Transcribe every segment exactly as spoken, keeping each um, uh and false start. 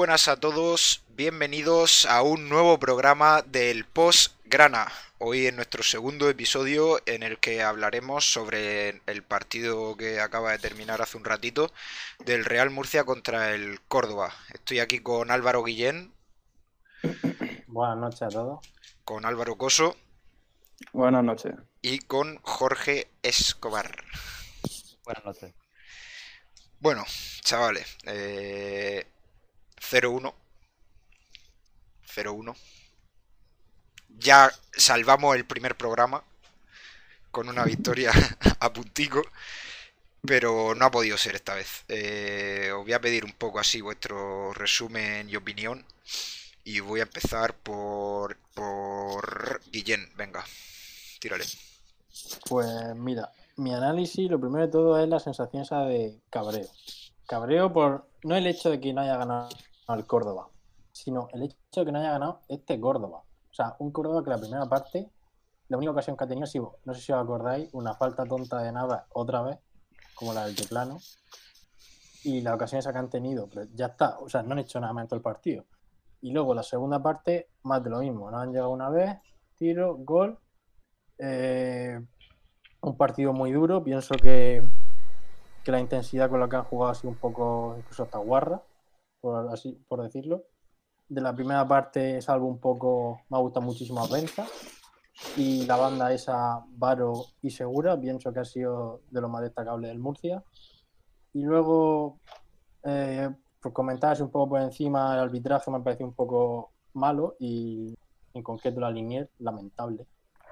buenas a todos, bienvenidos a un nuevo programa del Post Grana. Hoy en nuestro segundo episodio en el que hablaremos sobre el partido que acaba de terminar hace un ratito del Real Murcia contra el Córdoba. Estoy aquí con Álvaro Guillén, Buenas noches a todos. con Álvaro Coso Buenas noches. y con Jorge Escobar. Buenas noches. Bueno, chavales, eh, cero uno. cero uno. Ya salvamos el primer programa con una victoria a puntico, pero no ha podido ser esta vez. Eh, os voy a pedir un poco así vuestro resumen y opinión. Y voy a empezar por, por Guillén. Venga, tírale. Pues mira, mi análisis, lo primero de todo es la sensación esa de cabreo. Cabreo por no el hecho de que no haya ganado el Córdoba, sino el hecho de que no haya ganado este Córdoba. O sea, un Córdoba que la primera parte, la única ocasión que ha tenido ha sido, no sé si os acordáis, una falta tonta de Navas otra vez, como la del Teclano. Y las ocasiones que han tenido, pero ya está, o sea, no han hecho nada más en todo el partido. Y luego la segunda parte, más de lo mismo. Nos han llegado una vez, tiro, gol. Eh, un partido muy duro. Pienso que, que la intensidad con la que han jugado ha sido un poco, incluso hasta guarra, por, así, por decirlo. De la primera parte, salvo un poco, me ha gustado muchísimo Benza. Y la banda esa, Varo y Segura, pienso que ha sido de lo más destacable del Murcia. Y luego, eh, por comentar un poco por encima, el arbitraje me pareció un poco malo y en concreto la línea lamentable.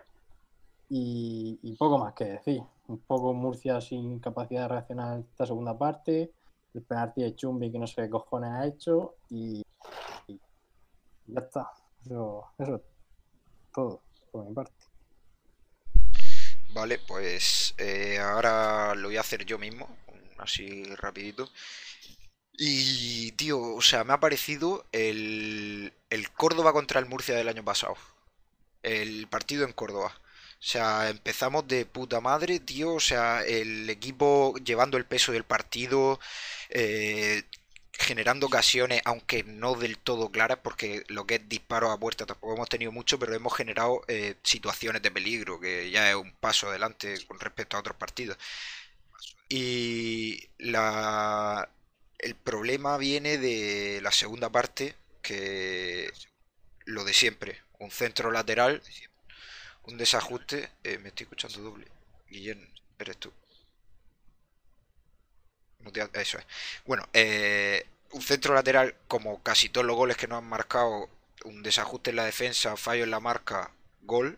Y, y poco más que decir. Un poco Murcia sin capacidad de reaccionar en esta segunda parte, el penalti de Chumbi que no sé qué cojones ha hecho y, y ya está. Eso, eso es todo por mi parte. Vale, pues eh, ahora lo voy a hacer yo mismo, así rapidito. Y, tío, o sea, me ha parecido el, el Córdoba contra el Murcia del año pasado. El partido en Córdoba. O sea, empezamos de puta madre, tío. O sea, el equipo llevando el peso del partido, eh, generando ocasiones, aunque no del todo claras, porque lo que es disparos a puerta tampoco hemos tenido mucho, pero hemos generado eh, situaciones de peligro, que ya es un paso adelante con respecto a otros partidos. Y la, el problema viene de la segunda parte, que lo de siempre, un centro lateral, un desajuste, eh, me estoy escuchando doble. Guillén, eres tú. No te ha- eso es. Bueno, eh, un centro lateral, como casi todos los goles que nos han marcado, un desajuste en la defensa, fallo en la marca, gol.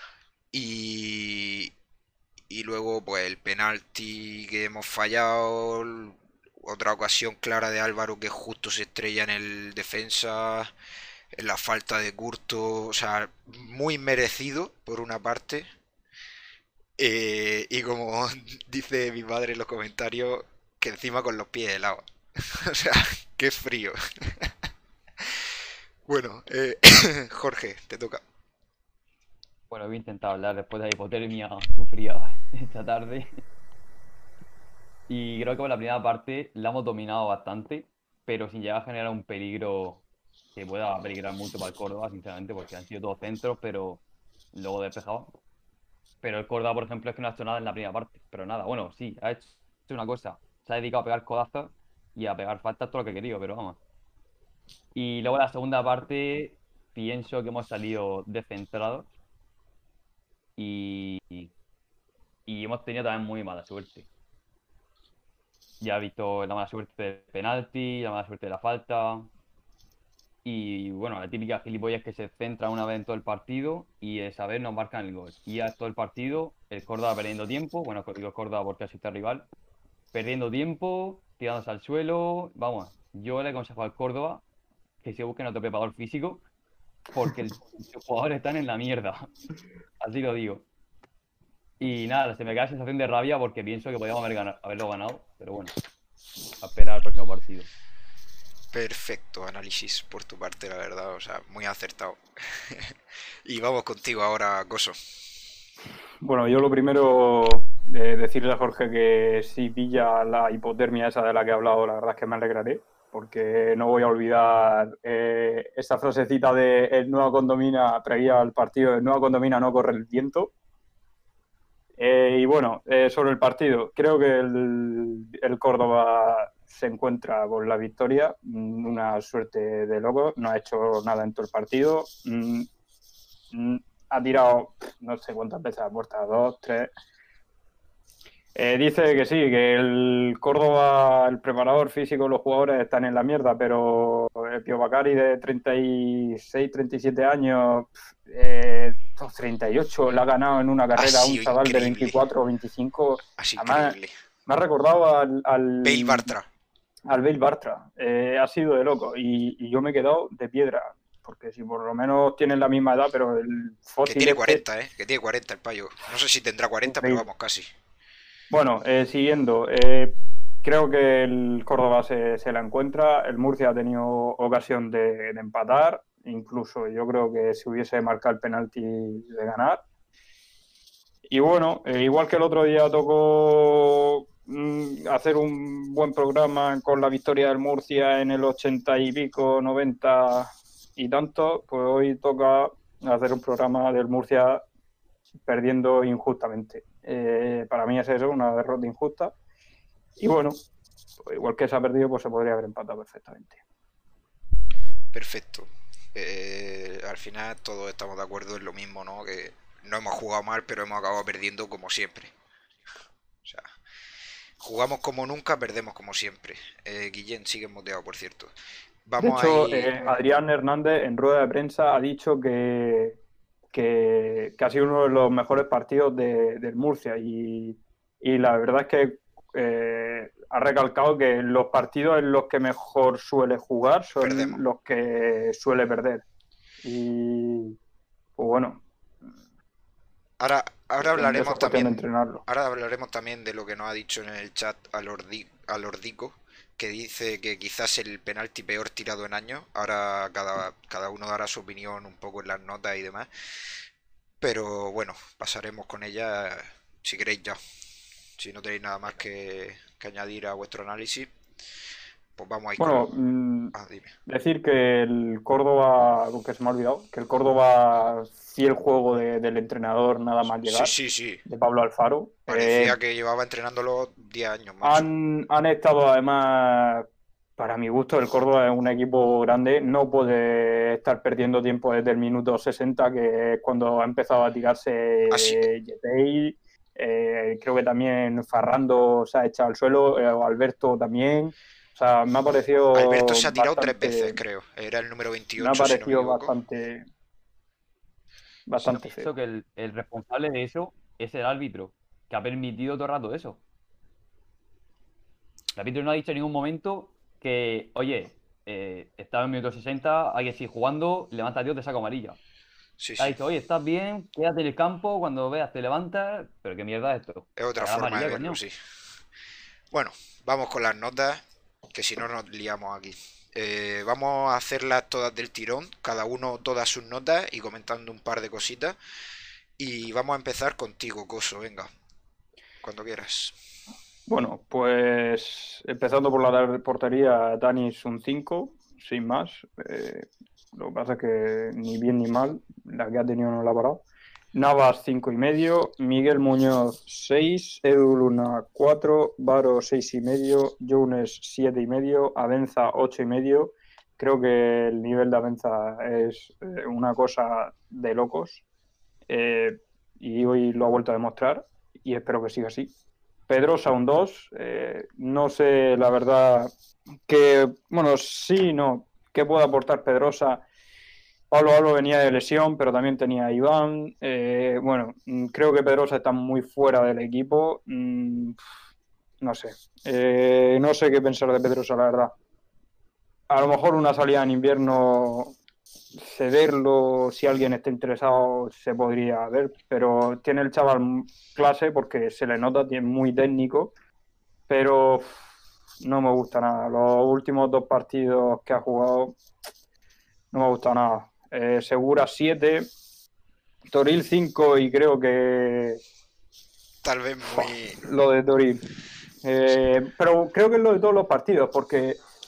Y, y luego, pues el penalti que hemos fallado, otra ocasión clara de Álvaro que justo se estrella en el defensa, en la falta de Curto, o sea, muy merecido por una parte. Eh, y como dice mi madre en los comentarios, que encima con los pies helados. O sea, qué frío. Bueno, eh, Jorge, te toca. Bueno, voy a intentar hablar después de la hipotermia sufrida esta tarde. Y creo que por la primera parte la hemos dominado bastante, pero sin llegar a generar un peligro que pueda peligrar mucho para el Córdoba, sinceramente, porque han sido todos centros, pero luego despejaban. Pero el Córdoba, por ejemplo, es que no ha hecho nada en la primera parte. Pero nada, bueno, sí, ha hecho una cosa. Se ha dedicado a pegar codazos y a pegar faltas todo lo que quería, pero vamos. Y luego la segunda parte, pienso que hemos salido descentrados y, y hemos tenido también muy mala suerte. Ya he visto la mala suerte del penalti, la mala suerte de la falta. Y bueno, la típica gilipollas que se centra una vez en todo el partido y esa vez nos marcan el gol. Y ya todo el partido, el Córdoba perdiendo tiempo, bueno, digo el Córdoba porque así está el rival, perdiendo tiempo, tirándose al suelo. Vamos, yo le aconsejo al Córdoba que se busquen otro preparador físico porque el- los jugadores están en la mierda. Así lo digo. Y nada, se me cae la sensación de rabia porque pienso que podíamos haber gana- haberlo ganado, pero bueno, a esperar al próximo partido. Perfecto análisis por tu parte, la verdad, o sea, muy acertado. Y vamos contigo ahora, Coso. Bueno, yo lo primero, eh, decirle a Jorge que si pilla la hipotermia esa de la que he hablado, la verdad es que me alegraré. porque no voy a olvidar eh, esa frasecita de el Nueva Condomina, previa al partido, el Nueva Condomina no corre el viento. Eh, y bueno, eh, sobre el partido, creo que el, el Córdoba se encuentra con la victoria, una suerte de loco, no ha hecho nada en todo el partido, mm, mm, ha tirado no sé cuántas veces a puerta, dos, tres. Eh, dice que sí, que el Córdoba, el preparador físico, los jugadores están en la mierda, pero el Pío Bacari de treinta y seis, treinta y siete años, eh, treinta y ocho, le ha ganado en una carrera a un chaval increíble. De veinticuatro o veinticinco. Así increíble. Me ha recordado al... al Bale Bartra. Al Bale Bartra. Eh, ha sido de loco y, y yo me he quedado de piedra. Porque si por lo menos tienen la misma edad, pero el fósil... Que tiene cuarenta, este... ¿eh? Que tiene cuarenta el payo. No sé si tendrá cuarenta, increíble. Pero vamos, casi. Bueno, eh, siguiendo, eh, creo que el Córdoba se, se la encuentra, el Murcia ha tenido ocasión de, de empatar, incluso yo creo que si hubiese marcado el penalti de ganar. Y bueno, eh, igual que el otro día tocó mm, hacer un buen programa con la victoria del Murcia en el ochenta y pico, noventa y tanto, pues hoy toca hacer un programa del Murcia perdiendo injustamente. Eh, para mí es eso, una derrota injusta. Y bueno, pues igual que se ha perdido, pues se podría haber empatado perfectamente. Perfecto. Eh, al final todos estamos de acuerdo en lo mismo, ¿no? Que no hemos jugado mal, pero hemos acabado perdiendo como siempre. O sea, jugamos como nunca, perdemos como siempre. Eh, Guillén sigue moteado, por cierto. Vamos de hecho, ahí... eh, Adrián Hernández en rueda de prensa ha dicho que Que, que ha sido uno de los mejores partidos de, del Murcia y, y la verdad es que eh, ha recalcado que los partidos en los que mejor suele jugar son Perdemos. los que suele perder y pues bueno, ahora, ahora hablaremos también ahora hablaremos también de lo que nos ha dicho en el chat al Ordico, que dice que quizás el penalti peor tirado en años. Ahora cada, cada uno dará su opinión un poco en las notas y demás. Pero bueno, pasaremos con ella si queréis ya. Si no tenéis nada más que, que añadir a vuestro análisis, pues vamos a ir bueno, con... ah, dime. Decir que el Córdoba, que se me ha olvidado, que el Córdoba, fiel juego de, del entrenador nada más llegar, sí, sí, sí. de Pablo Alfaro. Parecía eh, que llevaba entrenándolo diez años más. Han, han estado además, para mi gusto, el Córdoba es un equipo grande, no puede estar perdiendo tiempo desde el minuto sesenta, que es cuando ha empezado a tirarse ¿Ah, sí? Yepey, eh, creo que también Farrando se ha echado al suelo, eh, Alberto también. O sea, me ha parecido... Alberto se ha tirado bastante, tres veces, creo. Era el número veintiocho, me ha parecido si no me bastante... Bastante sí, feo. Que el, el responsable de eso es el árbitro, que ha permitido todo el rato eso. El árbitro no ha dicho en ningún momento que, oye, eh, estaba en el minuto sesenta, hay que seguir jugando, levanta tío, te saco amarilla. Sí, ha sí. dicho, oye, estás bien, quédate en el campo, cuando veas te levantas, pero qué mierda es esto. Es otra forma amarilla, de verlo, coño. Sí. Bueno, vamos con las notas, que si no nos liamos aquí. Eh, vamos a hacerlas todas del tirón, cada uno todas sus notas y comentando un par de cositas. Y vamos a empezar contigo, Coso, venga, cuando quieras. Bueno, pues empezando por la portería, Dani es un cinco, sin más. Eh, lo que pasa es que ni bien ni mal, la que ha tenido no la ha parado. Navas cinco y medio, Miguel Muñoz seis, Edu Luna cuatro, Varo seis y medio, Jones siete y medio, Avenza ocho y medio. Creo que el nivel de Avenza es eh, una cosa de locos eh, y hoy lo ha vuelto a demostrar y espero que siga así. Pedrosa un dos, eh, no sé la verdad que, bueno, sí, no, qué puede aportar Pedrosa. Pablo Pablo venía de lesión, pero también tenía a Iván. Eh, bueno, creo que Pedrosa está muy fuera del equipo. Mm, no sé, eh, no sé qué pensar de Pedrosa, la verdad. A lo mejor una salida en invierno, cederlo, si alguien está interesado, se podría ver, pero tiene el chaval clase porque se le nota, tiene muy técnico, pero no me gusta nada. Los últimos dos partidos que ha jugado no me gusta nada. Eh, Segura siete, Toril cinco y creo que... Tal vez muy... Lo de Toril. Eh, pero creo que es lo de todos los partidos, porque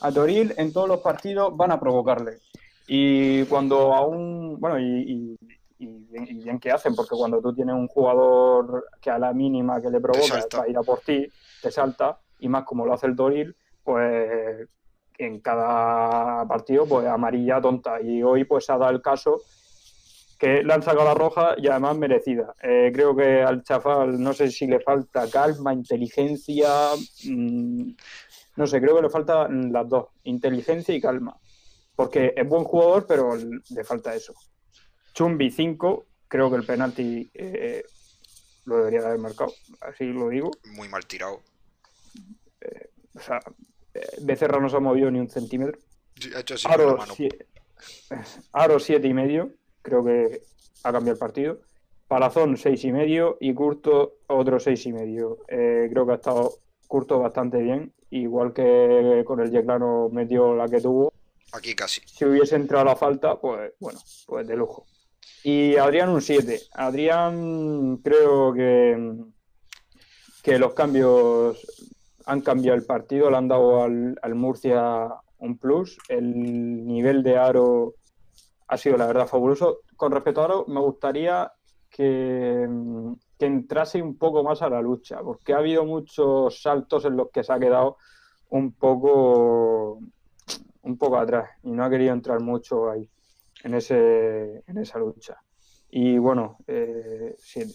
a Toril en todos los partidos van a provocarle. Y cuando a un... Bueno, y, y, y, bien, y bien que hacen, porque cuando tú tienes un jugador que a la mínima que le provoca va a ir a por ti, te salta, y más como lo hace el Toril, pues en cada partido pues amarilla tonta. Y hoy pues se ha dado el caso que le han sacado la roja y además merecida. Eh, creo que al chaval no sé si le falta calma, inteligencia, mmm, no sé, creo que le faltan las dos, inteligencia y calma. Porque es buen jugador, pero le falta eso. Chumbi cinco, creo que el penalti eh, lo debería de haber marcado, así lo digo. Muy mal tirado. Eh, o sea, eh, Becerra no se ha movido ni un centímetro. Sí, ha hecho así Aro, con la mano. Sie- Aro siete y medio, creo que ha cambiado el partido. Palazón seis y medio y Curto otro seis y medio. Eh, creo que ha estado Curto bastante bien, igual que con el Yeclano metió la que tuvo. Aquí casi. Si hubiese entrado la falta, pues bueno, pues de lujo. Y Adrián un siete. Adrián creo que, que los cambios han cambiado el partido, le han dado al, al Murcia un plus. El nivel de Aro ha sido la verdad fabuloso. Con respecto a Aro, me gustaría que, que entrase un poco más a la lucha, porque ha habido muchos saltos en los que se ha quedado un poco... un poco atrás y no ha querido entrar mucho ahí en ese en esa lucha. Y bueno, eh, siete.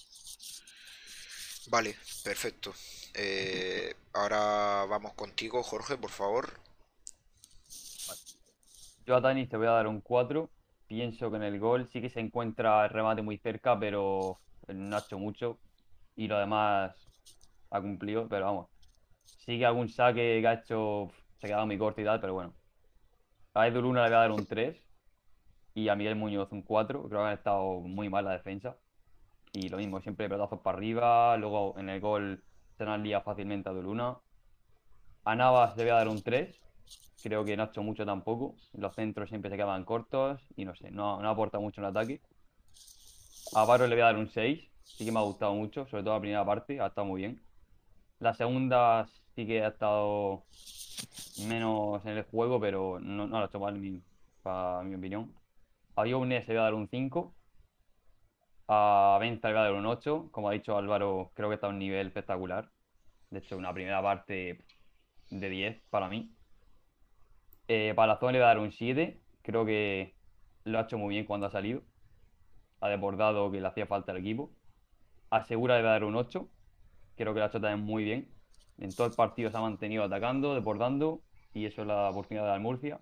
Vale, perfecto. Eh, ahora vamos contigo, Jorge, por favor. Yo a Dani te voy a dar un cuatro. Pienso que en el gol sí que se encuentra el remate muy cerca, pero no ha hecho mucho. Y lo demás ha cumplido, pero vamos. Sí que algún saque que ha hecho se ha quedado muy corto y tal, pero bueno. A Edu Luna le voy a dar un tres. Y a Miguel Muñoz un cuatro. Creo que han estado muy mal la defensa. Y lo mismo, siempre pelotazos para arriba. Luego en el gol se nos lía fácilmente a Edu Luna. A Navas le voy a dar un tres. Creo que no ha hecho mucho tampoco. Los centros siempre se quedaban cortos. Y no sé, no, no aporta mucho en el ataque. A Varo le voy a dar un seis. Sí que me ha gustado mucho, sobre todo la primera parte. Ha estado muy bien. La segunda sí que ha estado menos en el juego, pero no, no lo ha hecho mal, mi, para mi opinión. A Younes le voy a dar un cinco. A Benza le voy a dar un ocho. Como ha dicho Álvaro, creo que está a un nivel espectacular. De hecho, una primera parte de diez para mí. Eh, Palazón le voy a dar un siete. Creo que lo ha hecho muy bien cuando ha salido. Ha desbordado que le hacía falta al equipo. A Segura le voy a dar un ocho. Creo que lo ha hecho también muy bien. En todo el partido se ha mantenido atacando, desbordando. Y eso es la oportunidad de dar Murcia.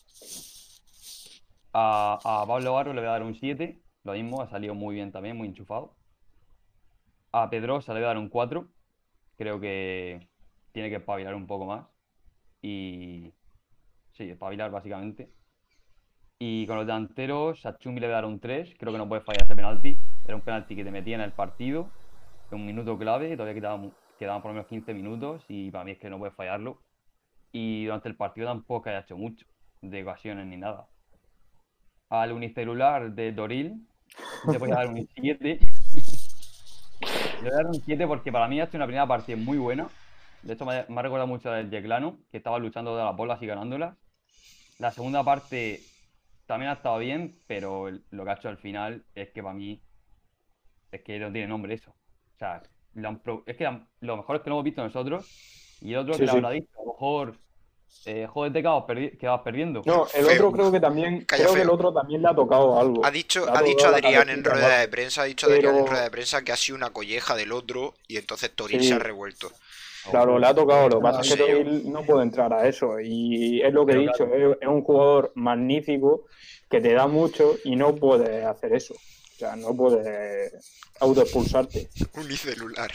A, a Pablo Barro le voy a dar un siete. Lo mismo, ha salido muy bien también, muy enchufado. A Pedrosa le voy a dar un cuatro. Creo que tiene que espabilar un poco más. Y sí, espabilar básicamente. Y con los delanteros, a Chumbi le voy a dar un tres. Creo que no puede fallar ese penalti. Era un penalti que te metía en el partido. Un minuto clave. Todavía quedaban, quedaban por lo menos quince minutos. Y para mí es que no puede fallarlo. Y durante el partido tampoco haya hecho mucho de ocasiones ni nada. Al unicelular de Doril le voy a dar un siete. Le voy a dar un siete porque para mí ha hecho una primera parte muy buena. De hecho, me, me ha recordado mucho del Yeclano, que estaba luchando de las bolas y ganándolas. La segunda parte también ha estado bien, pero el- lo que ha hecho al final es que para mí es que no tiene nombre eso. O sea, lo han pro- es que han- lo mejor es que lo hemos visto nosotros y el otro Sí, que le sí. habrá dicho, a lo mejor, eh, jódete que vas, perdi- que vas perdiendo. No, el Feo. otro creo que también, Calla, creo que feo. el otro también le ha tocado algo. Ha dicho, Le ha dicho tocado la Adrián en cabecita o rueda de algo. prensa, ha dicho Adrián en Pero rueda de prensa que ha sido una colleja del otro y entonces Toril se sí, ha revuelto. claro, le ha tocado. Lo que Bueno, pasa es No que sé yo. Toril no puede entrar a eso. Y es lo que he Pero dicho, claro, es, es un jugador magnífico que te da mucho y no puede hacer eso. O sea, no puede autoexpulsarte. Unicelular.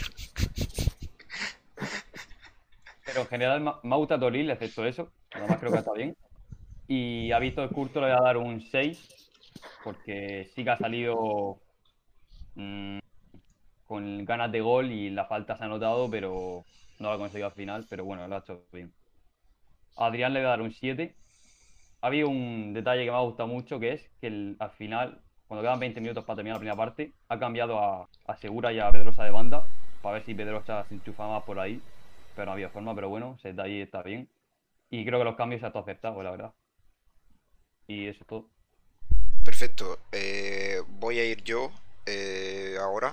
pero en general me me ha gustado Toril, excepto eso. Además creo que está bien. Y a Víctor Curto le voy a dar un seis, porque sí que ha salido mm, con ganas de gol y la falta se ha notado, pero no lo ha conseguido al final, pero bueno, lo ha hecho bien. A Adrián le voy a dar un siete. Ha habido un detalle que me ha gustado mucho, que es que el- al final, cuando quedan veinte minutos para terminar la primera parte, ha cambiado a, a Segura y a Pedrosa de banda, para ver si Pedrosa se enchufa más por ahí, pero no había forma, pero bueno, ese detalle está bien. Y creo que los cambios se han acertado, la verdad. Y eso es todo. Perfecto. Eh, voy a ir yo eh, ahora.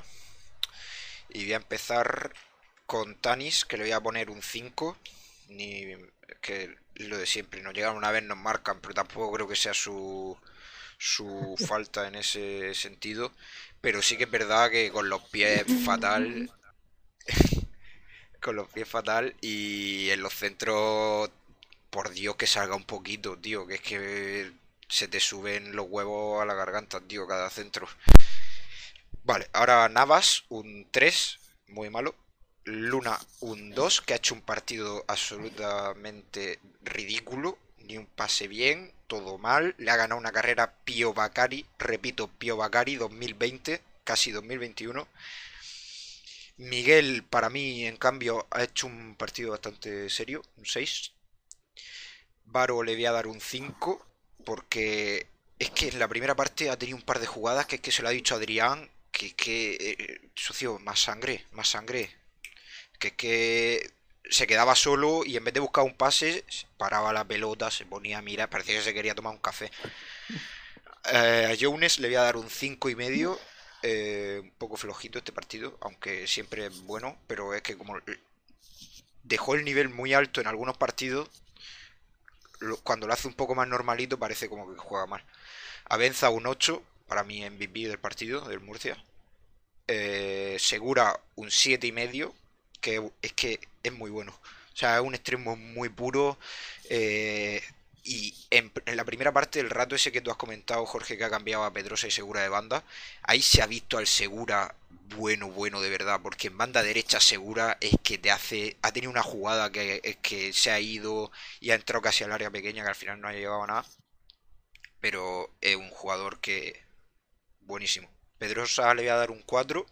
Y voy a empezar con Tanis, que le voy a poner un cinco. Ni que lo de siempre, nos llegan una vez, nos marcan, pero tampoco creo que sea su, su falta en ese sentido. Pero sí que es verdad que con los pies fatal, con los pies fatal y en los centros, por Dios que salga un poquito, tío, que es que se te suben los huevos a la garganta, tío, cada centro. Vale, ahora Navas, un tres, muy malo. Luna, un dos, que ha hecho un partido absolutamente ridículo. Ni un pase bien, todo mal. Le ha ganado una carrera Pío Bacari, repito, Pío Bacari dos mil veinte, casi dos mil veintiuno. Miguel, para mí, en cambio, ha hecho un partido bastante serio, un seis. Varo le voy a dar un cinco, porque es que en la primera parte ha tenido un par de jugadas que es que se lo ha dicho Adrián, que, que eh, socio, más sangre, más sangre. Que es que se quedaba solo y en vez de buscar un pase, paraba la pelota, se ponía a mirar, parecía que se quería tomar un café. Eh, a Jones le voy a dar un cinco y medio. Eh, un poco flojito este partido, aunque siempre es bueno, pero es que como dejó el nivel muy alto en algunos partidos, lo- cuando lo hace un poco más normalito parece como que juega mal. Avenza un ocho, para mí M V P del partido, del Murcia. Eh, Segura un siete y medio, que es que es muy bueno. O sea, es un extremo muy puro. eh, y en, en la primera parte, el rato ese que tú has comentado, Jorge, que ha cambiado a Pedrosa y Segura de banda, ahí se ha visto al Segura bueno, bueno de verdad, porque en banda derecha Segura es que te hace, ha tenido una jugada que es que se ha ido y ha entrado casi al área pequeña, que al final no ha llegado a nada, pero es un jugador que buenísimo. Pedrosa le voy a dar un cuatro.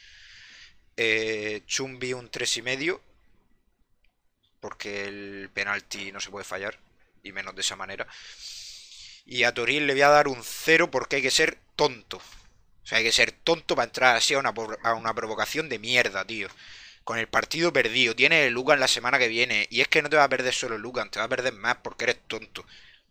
Eh, Chumbi un tres y medio, porque el penalti no se puede fallar, y menos de esa manera. Y a Toril le voy a dar un cero porque hay que ser tonto. O sea, hay que ser tonto para entrar así a una, a una provocación de mierda, tío. Con el partido perdido, tienes el Lucan la semana que viene, y es que no te va a perder solo el Lucan, te va a perder más porque eres tonto.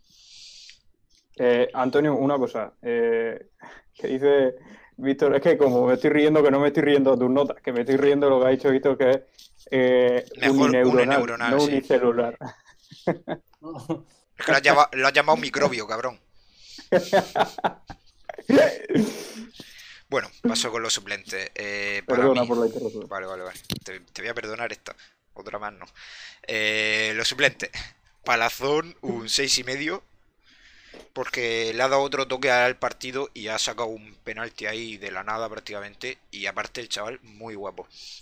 Eh, Antonio, una cosa. Eh, que dice Víctor, es que como me estoy riendo, que no me estoy riendo de tus notas, que me estoy riendo de lo que ha dicho Víctor, que es eh, Mejor unineuronal, unineuronal, no sí. unicelular. Es que lo has llamado, lo has llamado microbio, cabrón. Bueno, paso con los suplentes. Eh, para Perdona mí. por la interrupción. Vale, vale, vale. Te, te voy a perdonar esta. Otra más no. Eh, los suplentes. Palazón, un seis y medio. Porque le ha dado otro toque al partido y ha sacado un penalti ahí de la nada prácticamente. Y aparte el chaval, muy guapo.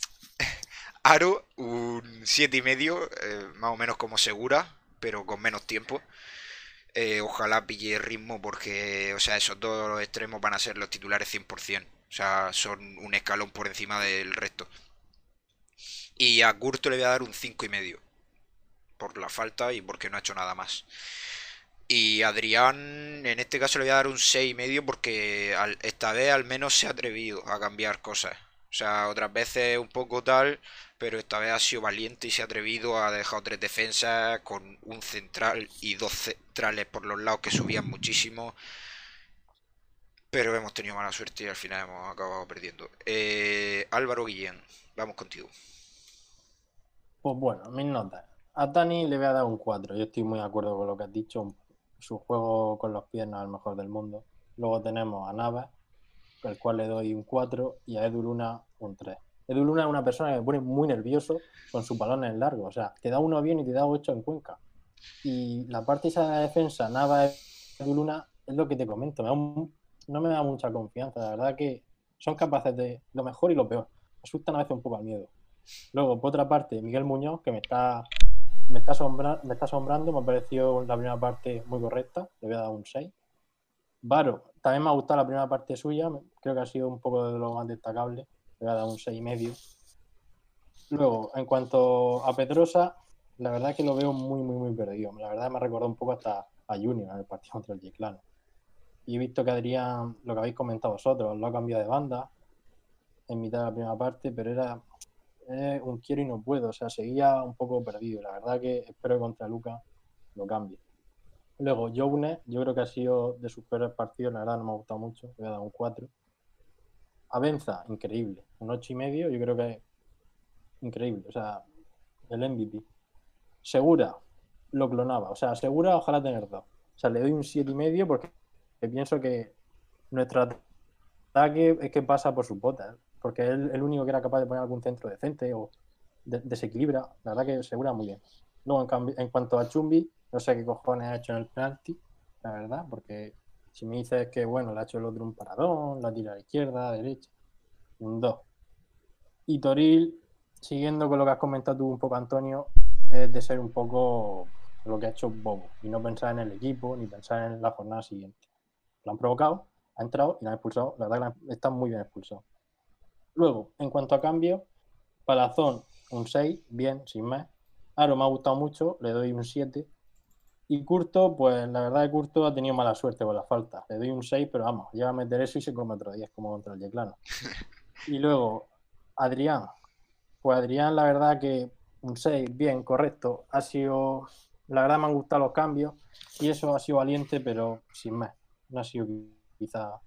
Aro, un siete y medio, eh, más o menos como Segura, pero con menos tiempo. Eh, ojalá pille ritmo porque, o sea, esos dos extremos van a ser los titulares cien por ciento. O sea, son un escalón por encima del resto. Y a Curto le voy a dar un cinco y medio. Por la falta y porque no ha hecho nada más. Y a Adrián, en este caso le voy a dar un seis y medio porque al- esta vez al menos se ha atrevido a cambiar cosas. O sea, otras veces un poco tal, pero esta vez ha sido valiente y se ha atrevido a dejar tres defensas con un central y dos centrales por los lados que subían muchísimo. Pero hemos tenido mala suerte y al final hemos acabado perdiendo. Eh, Álvaro Guillén, vamos contigo. Pues bueno, mis notas. A Dani le voy a dar un cuatro. Yo estoy muy de acuerdo con lo que has dicho. Su juego con los pies no es el mejor del mundo. Luego tenemos a Navas, al cual le doy un cuatro, y a Edu Luna un tres. Edu Luna es una persona que me pone muy nervioso con sus balones largos. O sea, te da uno bien y te da ocho en Cuenca. Y la parte esa de la defensa, Navas, Edu Luna, es lo que te comento. Me da un- no me da mucha confianza. La verdad que son capaces de lo mejor y lo peor. Me asustan a veces un poco al miedo. Luego, por otra parte, Miguel Muñoz, que me está, me está, asombra, me está asombrando, me ha parecido la primera parte muy correcta, le voy a dar un seis. Varo, también me ha gustado la primera parte suya, creo que ha sido un poco de lo más destacable, le voy a dar un seis y medio. Luego, en cuanto a Pedrosa, la verdad es que lo veo muy, muy, muy perdido. La verdad me ha recordado un poco hasta a Junior en el partido contra el Chiclano. Y he visto que Adrián, lo que habéis comentado vosotros, lo ha cambiado de banda en mitad de la primera parte, pero era eh, un quiero y no puedo, o sea, seguía un poco perdido. La verdad que espero que contra Luca lo cambio. Luego, Joune, yo creo que ha sido de sus peores partidos, la verdad no me ha gustado mucho, voy a dar un cuatro. Abenza, increíble, un ocho y medio, yo creo que es increíble, o sea, el M V P. Segura, lo clonaba, o sea, Segura ojalá tener dos. O sea, le doy un siete y medio porque pienso que nuestro ataque es que pasa por sus botas, porque es el, el único que era capaz de poner algún centro decente o de, desequilibra. La verdad que Segura muy bien. Luego, en, cambio, en cuanto a Chumbi, no sé qué cojones ha hecho en el penalti, la verdad, porque si me dices que, bueno, le ha hecho el otro un paradón, la tira a la izquierda, a la derecha, un dos. Y Toril, siguiendo con lo que has comentado tú un poco, Antonio, es de ser un poco lo que ha hecho Bobo y no pensar en el equipo ni pensar en la jornada siguiente. Lo han provocado, ha entrado y lo han expulsado. La verdad que están muy bien expulsados. Luego, en cuanto a cambio, Palazón un seis, bien, sin más. Aro me ha gustado mucho, le doy un siete. Y Curto, pues la verdad que Curto ha tenido mala suerte con la falta. Le doy un seis, pero vamos, llega a meter eso y se come otro diez como contra el Yeclano. Y luego, Adrián. Pues Adrián, la verdad que un seis, bien, correcto. Ha sido, la verdad me han gustado los cambios y eso ha sido valiente, pero sin más. No ha sido quizá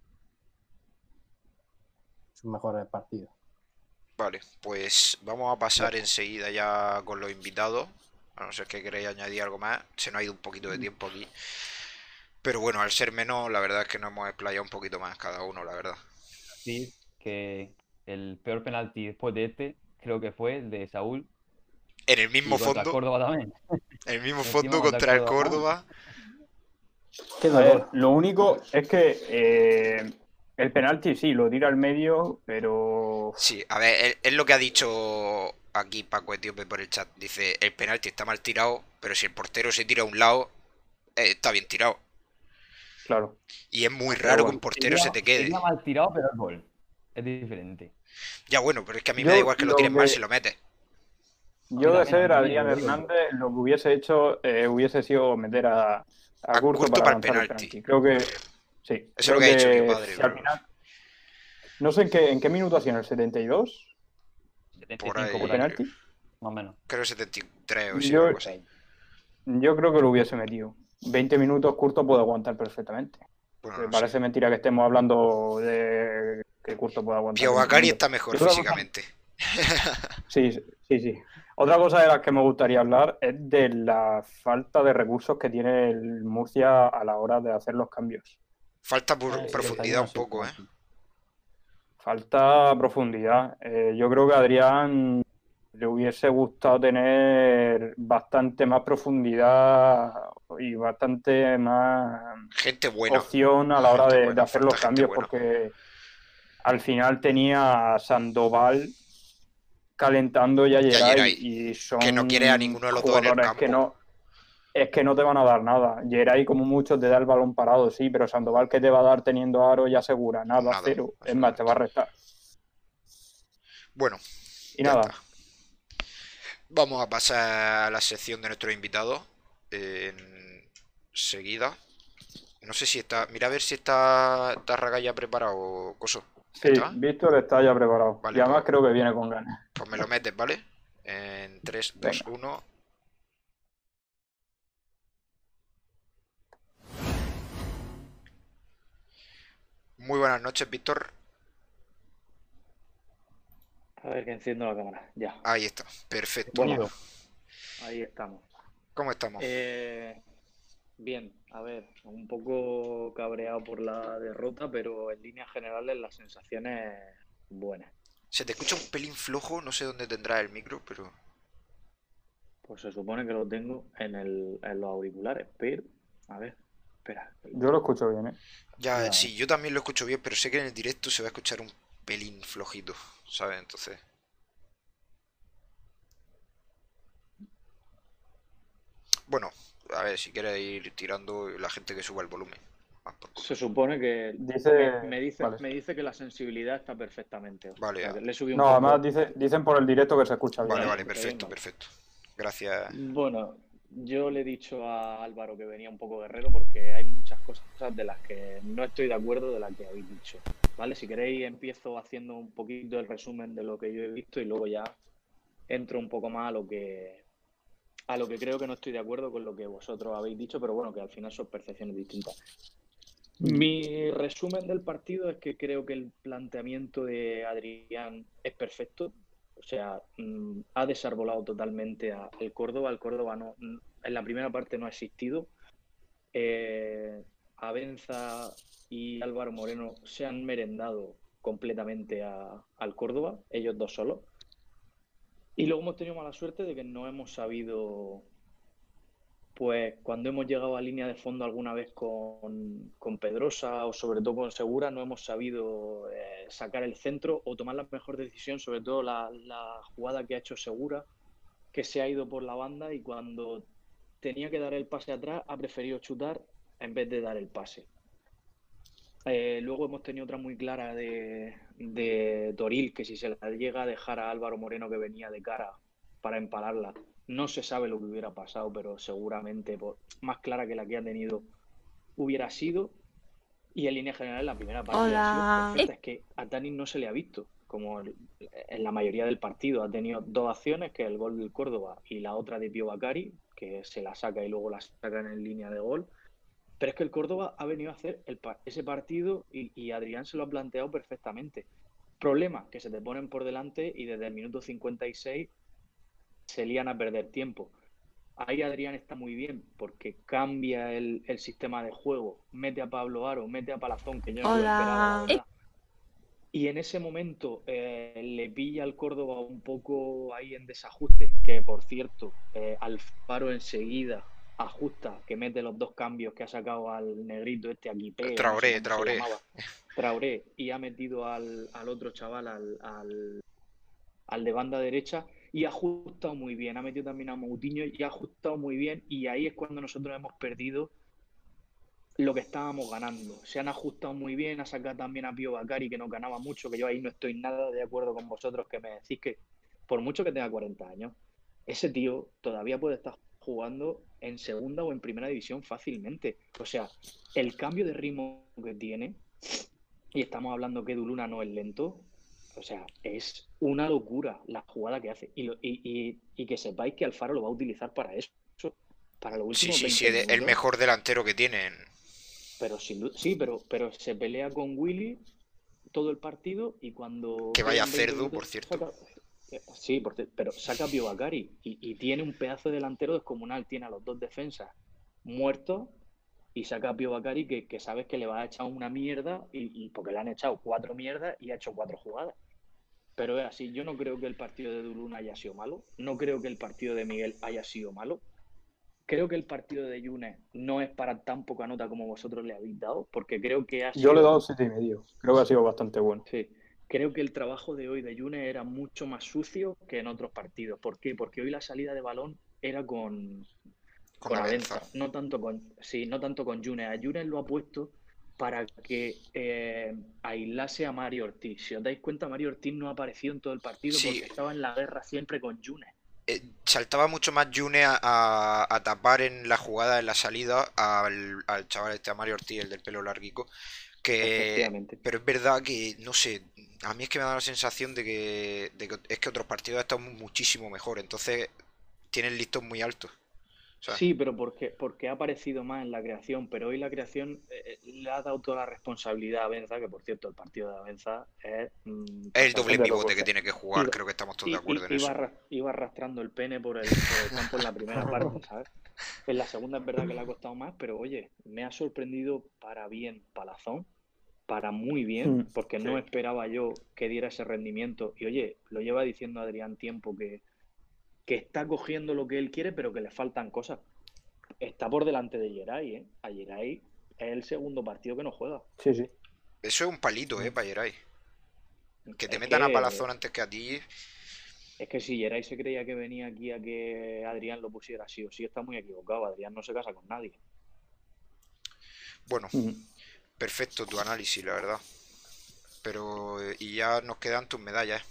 sus mejores partidos. Vale, pues vamos a pasar enseguida ya con los invitados. A no ser que queréis añadir algo más. Se nos ha ido un poquito de tiempo aquí. Pero bueno, al ser menos, la verdad es que nos hemos explayado un poquito más cada uno, la verdad. Sí, que el peor penalti después de este creo que fue el de Saúl En el y mismo contra fondo, Córdoba también. en el mismo Encima fondo contra contra el Córdoba. Córdoba. Qué A ver, dolor. lo único es que eh, el penalti sí, lo tira al medio, pero Sí, a ver, es, es lo que ha dicho aquí Paco Etíope por el chat. Dice, el penalti está mal tirado, pero si el portero se tira a un lado, eh, está bien tirado. claro. Y es muy Pero raro que bueno. un portero Sería, se te quede. sería mal tirado, pero es gol. Es diferente. Ya bueno, pero es que a mí me da Yo igual que lo lo tires mal que si lo metes. yo A de mí también, ser a mí también, Adrián yo digo, Hernández, lo que hubiese hecho eh, hubiese sido meter a, a A Curto Curto para para el lanzar el penalti. penalti. Creo que sí, Eso es lo creo que ha dicho mi que padre, si al pero final no sé en qué en qué minuto hacían el setenta y dos por setenta y cinco ahí el por ahí, penalti. más o menos. creo setenta y tres o sí, Yo algo así. Por ahí. yo creo que lo hubiese metido. veinte minutos Curto puede aguantar perfectamente. Bueno, Me no sé. parece mentira que estemos hablando de que Curto pueda aguantar Pio veinte Bacari minutos. está mejor Y otra cosa, físicamente. sí, sí, sí. Otra cosa de la que me gustaría hablar es de la falta de recursos que tiene el Murcia a la hora de hacer los cambios. Falta por En el profundidad setenta y uno un sí, poco, ¿eh? penalti. Falta profundidad. Eh, yo creo que a Adrián le hubiese gustado tener bastante más profundidad y bastante más Gente buena. opción a la hora Gente de, de buena. hacer Falta los gente cambios, buena. porque al final tenía a Sandoval calentando y a Y a Geray, Geray, y que no quiere a son ninguno de los dos en el jugadores que campo. no, es que no te van a dar nada. Geray, como mucho, te da el balón parado, sí, pero Sandoval, ¿qué te va a dar teniendo aro y asegura? Nada, Nada, cero. Es más, te exactamente. va a restar. Bueno, Y ya nada, está. Vamos a pasar a la sección de nuestros invitados enseguida. No sé si está. Mira a ver si está Tarraga ya preparado, Coso. sí, ¿Está? Víctor está ya preparado. Y Vale, además pues, creo que viene con ganas. pues me lo metes, ¿vale? En tres, dos, Venga. uno. Muy buenas noches, Víctor. A ver que enciendo la cámara. Ya. Ahí está, perfecto. Bueno, Unido. ahí estamos. ¿Cómo estamos? Eh, bien, a ver, un poco cabreado por la derrota, pero en líneas generales las sensaciones buenas. Se te escucha un pelín flojo, no sé dónde tendrás el micro, pero. Pues se supone que lo tengo en, el, en los auriculares, pero, a ver, espera. Yo lo escucho bien, ¿eh? Ya, Ya. sí, yo también lo escucho bien, pero sé que en el directo se va a escuchar un pelín flojito, ¿sabes? Entonces. Bueno, a ver, si quieres ir tirando la gente que suba el volumen. Ah, por culo. Se supone que Dice. me, me dice, Vale. me dice que la sensibilidad está perfectamente. O Vale, sea, ah. que le subí un No, poco. además dice, dicen por el directo que se escucha bien. Vale, Bien, vale, que bien, perfecto, vale. perfecto. Gracias. Bueno, yo le he dicho a Álvaro que venía un poco guerrero porque hay muchas cosas de las que no estoy de acuerdo de las que habéis dicho. ¿Vale? Si queréis empiezo haciendo un poquito el resumen de lo que yo he visto y luego ya entro un poco más a lo que a lo que creo que no estoy de acuerdo con lo que vosotros habéis dicho, pero bueno, que al final son percepciones distintas. Mi resumen del partido es que creo que el planteamiento de Adrián es perfecto. O sea, mmm, ha desarbolado totalmente al Córdoba. El Córdoba no, en la primera parte no ha existido. Eh, Abenza y Álvaro Moreno se han merendado completamente a, al Córdoba, ellos dos solos. Y luego hemos tenido mala suerte de que no hemos sabido, pues cuando hemos llegado a línea de fondo alguna vez con, con Pedrosa o sobre todo con Segura, no hemos sabido eh, sacar el centro o tomar la mejor decisión, sobre todo la, la jugada que ha hecho Segura, que se ha ido por la banda y cuando tenía que dar el pase atrás ha preferido chutar en vez de dar el pase. Eh, luego hemos tenido otra muy clara de, de Toril, que si se la llega a dejar a Álvaro Moreno que venía de cara para empalarla, no se sabe lo que hubiera pasado, pero seguramente pues, más clara que la que ha tenido hubiera sido. Y en línea general la primera parte Hola. ha sido perfecta. Es que a Dani no se le ha visto, como en la mayoría del partido. Ha tenido dos acciones, que es el gol del Córdoba y la otra de Pío Bacari, que se la saca y luego la sacan en línea de gol. Pero es que el Córdoba ha venido a hacer el, ese partido y, y Adrián se lo ha planteado perfectamente. Problema, que se te ponen por delante y desde el minuto cincuenta y seis se lían a perder tiempo. Ahí Adrián está muy bien porque cambia el, el sistema de juego, mete a Pablo Aro, mete a Palazón, que yo no Hola. lo esperaba, la verdad. Y en ese momento eh, le pilla al Córdoba un poco ahí en desajuste, que por cierto, eh, Alfaro enseguida ajusta, que mete los dos cambios que ha sacado al negrito este aquí, Traoré, no sé Traoré. se llamaba, Traoré, y ha metido al, al otro chaval, al, al, al de banda derecha, y ha ajustado muy bien, ha metido también a Moutinho y ha ajustado muy bien, y ahí es cuando nosotros hemos perdido lo que estábamos ganando. Se han ajustado muy bien, ha sacado también a Pío Bacari, que no ganaba mucho, que yo ahí no estoy nada de acuerdo con vosotros, que me decís que por mucho que tenga cuarenta años, ese tío todavía puede estar jugando en segunda o en primera división fácilmente. O sea, el cambio de ritmo que tiene, y estamos hablando que Duluna no es lento, o sea, es una locura la jugada que hace. Y, lo, y, y, y que sepáis que Alfaro lo va a utilizar para eso, para los últimos Sí, sí, sí, veinte el minutos. mejor delantero que tienen. Pero sin duda, sí, pero, pero se pelea con Willy todo el partido y cuando Que vaya quedan veinte cerdo, minutos, por cierto. saca- eh, sí, por cier- pero saca a Pío Bacari y, y tiene un pedazo de delantero descomunal, tiene a los dos defensas muertos y saca a Pío Bacari que, que sabes que le va a echar una mierda y, y porque le han echado cuatro mierdas y ha hecho cuatro jugadas. Pero es así, yo no creo que el partido de Duluna haya sido malo, no creo que el partido de Miguel haya sido malo. Creo que el partido de Yunes no es para tan poca nota como vosotros le habéis dado, porque creo que ha Yo sido... le he dado siete y medio. Creo que ha sido bastante bueno. Sí, creo que el trabajo de hoy de Yunes era mucho más sucio que en otros partidos. ¿Por qué? Porque hoy la salida de balón era con, Con con Abenza. Abenza, no tanto con, sí, no tanto con Yunes. A Yunes lo ha puesto para que eh, aislase a Mario Ortiz. Si os dais cuenta, Mario Ortiz no ha aparecido en todo el partido Sí. porque estaba en la guerra siempre con Yunes. Eh, saltaba mucho más Yune a, a- a tapar en la jugada, en la salida, al, al chaval este, a Mario Ortiz, el del pelo larguico, que... Efectivamente. Pero es verdad que, no sé, a mí es que me da la sensación de que, de que es que otros partidos están muchísimo mejor, entonces tienen listos muy altos. O sea, Sí, pero porque, porque ha aparecido más en la creación, pero hoy la creación eh, le ha dado toda la responsabilidad a Benza, que por cierto el partido de Abenza es... mm, es el pasar doble de pivote locos, que eh. tiene que jugar, Iba- creo que estamos todos y- de acuerdo en y- eso. iba, arras- iba arrastrando el pene por el, por el campo en la primera parte, ¿sabes? En la segunda es verdad que le ha costado más, pero oye, me ha sorprendido para bien Palazón, para muy bien, Mm, porque no esperaba yo que diera ese rendimiento. Y oye, lo lleva diciendo Adrián tiempo que, que está cogiendo lo que él quiere, pero que le faltan cosas. Está por delante de Geray, ¿eh? A Geray es el segundo partido que no juega. Sí, sí. Eso es un palito, eh, para Geray. Que te Es metan a que, Palazón antes que a ti. es que si Geray se creía que venía aquí a que Adrián lo pusiera sí o sí, está muy equivocado. Adrián no se casa con nadie. Bueno, Mm. perfecto tu análisis, la verdad. Pero, eh, y ya nos quedan tus medallas, eh.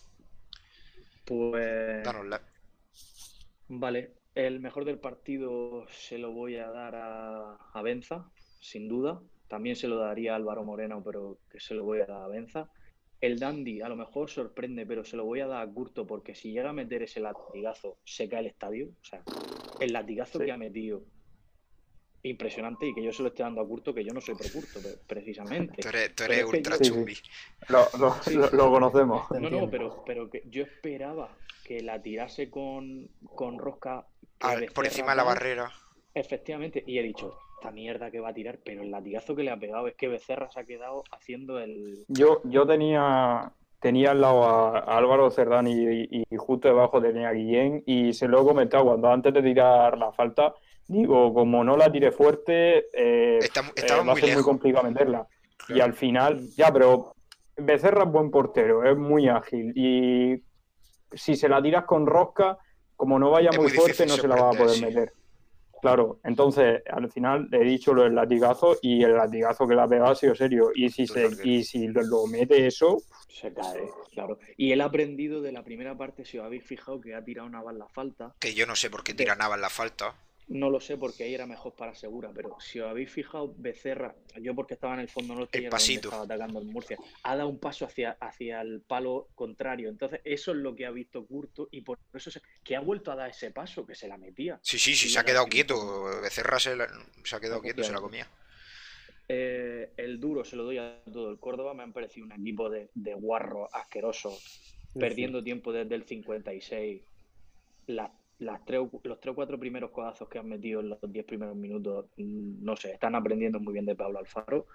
Pues, Danoslas. vale. El mejor del partido se lo voy a dar a, a Benza, sin duda. También se lo daría a Álvaro Moreno, pero que se lo voy a dar a Benza. El Dandy a lo mejor sorprende, pero se lo voy a dar a Curto porque si llega a meter ese latigazo, se cae el estadio. O sea, el latigazo Sí. que ha metido, impresionante, y que yo se lo estoy dando a Curto, que yo no soy pro Curto, pre- precisamente. Tú eres, tú Pero eres es que ultra yo- Sí, sí. chumbi. Lo, lo- Sí, lo- sí. lo conocemos. Te No, no, entiendo. pero, pero que yo esperaba que la tirase con, con Rosca, que Al- por Becerra encima de la tal, barrera. efectivamente, y he dicho, esta mierda que va a tirar, pero el latigazo que le ha pegado es que Becerra se ha quedado haciendo el... Yo, yo tenía, tenía al lado a, a Álvaro Cerdán y, y- y justo debajo tenía a Guillén y se lo he comentado cuando antes de tirar la falta, digo, como no la tire fuerte, eh, Está- eh, estaba va a muy ser muy lejos. complicado meterla. Y Claro. al final, ya, pero Becerra es buen portero, es muy ágil y si se la tiras con Rosca, como no vaya Es muy muy fuerte, difícil no se la va a sorprender, poder sí. meter. Claro, entonces al final le he dicho lo del latigazo y el latigazo que le ha pegado ha sido serio. Y si, Tú se, larguero. y si lo, lo mete eso, Se cae, claro. Y él ha aprendido de la primera parte, si os habéis fijado, que ha tirado una bala falta. Que yo no sé por qué De- tira Navas la falta. No lo sé porque ahí era mejor para Segura, pero si os habéis fijado, Becerra, yo porque estaba en el fondo norte El y era donde pasito. estaba atacando el Murcia, ha dado un paso hacia, hacia el palo contrario. Entonces, eso es lo que ha visto Curto y por eso se- que ha vuelto a dar ese paso, que se la metía. Sí, sí, sí, Y se ha era quedado así, quieto. Becerra se, la- se ha quedado quieto, se la Efectivamente. comía. Eh, el duro se lo doy a todo el Córdoba. Me han parecido un equipo de, de guarros asquerosos, Sí, perdiendo tiempo desde el cincuenta y seis. Las, las tres, o- los tres o cuatro primeros codazos que han metido en los diez primeros minutos, mm, no sé, están aprendiendo muy bien de Pablo Alfaro.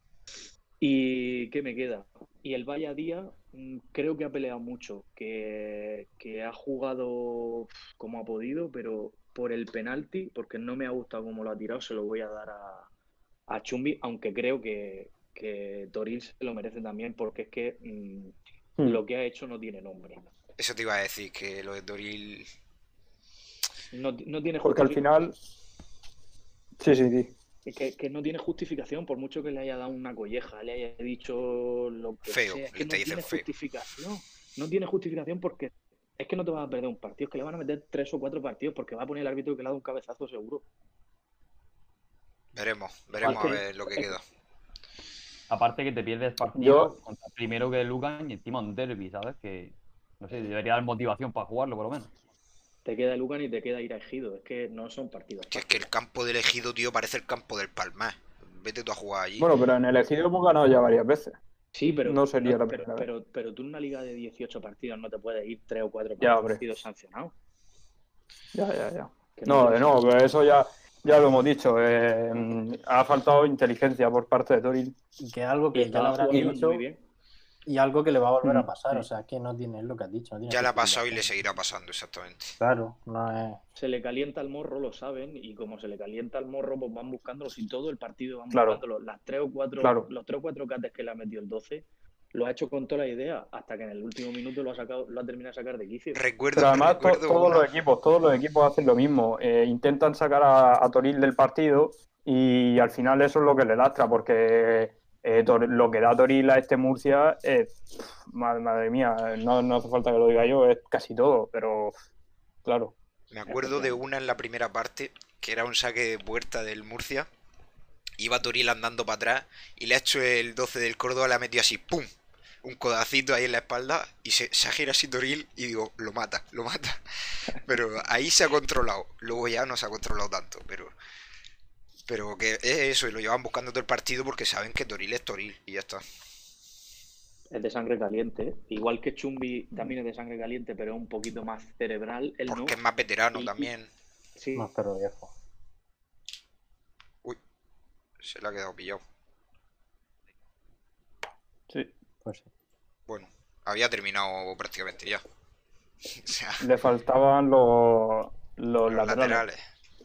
¿Y qué me queda? Y el Valladía mm, creo que ha peleado mucho, que, que ha jugado como ha podido, pero por el penalti, porque no me ha gustado cómo lo ha tirado, se lo voy a dar a, a Chumbi, aunque creo que, que Toril se lo merece también, porque es que mm, hmm, lo que ha hecho no tiene nombre. Eso te iba a decir, que lo de Doril. No, no tiene porque al justificación. final. Sí, sí, sí. Que, que no tiene justificación, por mucho que le haya dado una colleja, le haya dicho lo que Feo, sea, es que le no te dicen tiene feo. justificación. No tiene justificación porque es que no te vas a perder un partido, es que le van a meter tres o cuatro partidos porque va a poner el árbitro que le ha dado un cabezazo seguro. Veremos, veremos Es a que- ver lo que es- queda. Aparte que te pierdes partido Yo- contra el primero que Lugan y encima un derby, ¿sabes? Que, no sé, debería dar motivación para jugarlo por lo menos. Te queda Lugan y te queda ir a Ejido, es que no son partidos Que es que el fáciles. campo del Ejido, tío, parece el campo del Palmar. Vete tú a jugar allí. Bueno, pero en el Ejido hemos ganado ya varias veces. Sí, pero No sería la pero, primera vez. pero, pero tú en una liga de dieciocho partidos no te puedes ir tres o cuatro Ya, partidos sancionados. Ya, ya, ya. Que No, tiene no, sentido. pero eso ya, ya lo hemos dicho. eh, ha faltado inteligencia por parte de Toril. Y que es algo Y que ya estaba lo habrán jugando dicho muy bien. y algo que le va a volver a Mm, pasar. sí. O sea, es que no tiene, es lo que has dicho. No tiene Ya le ha pasado y le justificación. seguirá pasando, exactamente. Claro, no es. Se le calienta el morro, lo saben, y como se le calienta el morro, pues van buscándolo. Si todo el partido van Claro. buscándolo. Las tres o cuatro, Claro. los tres o cuatro cates que le ha metido el doce, lo ha hecho con toda la idea, hasta que en el último minuto lo ha sacado, lo ha terminado de sacar de quicio. Recuerdo, Pero además to- recuerdo todos una- los equipos, todos los equipos hacen lo mismo. Eh, intentan sacar a, a Toril del partido y al final eso es lo que le lastra, porque eh, Tor- lo que da Toril a este Murcia es, pf, madre, madre mía, no, no hace falta que lo diga yo, es casi todo, pero claro. Me acuerdo de una en la primera parte, que era un saque de puerta del Murcia. Iba Toril andando para atrás y le ha hecho el doce del Córdoba, le ha metido así, ¡pum! Un codacito ahí en la espalda y se, se gira así Toril y digo, lo mata, lo mata. Pero ahí se ha controlado. Luego ya no se ha controlado tanto, pero... Pero que es eso, y lo llevan buscando todo el partido porque saben que Toril es Toril y ya está. Es de sangre caliente. ¿eh? Igual que Chumbi también es de sangre caliente, pero es un poquito más cerebral. Él no. Porque es más veterano Y- y- también. Sí, Más pero viejo. Uy, se le ha quedado pillado. Sí. Pues sí. Bueno, había terminado prácticamente ya. O sea, Le faltaban los, los los laterales. laterales.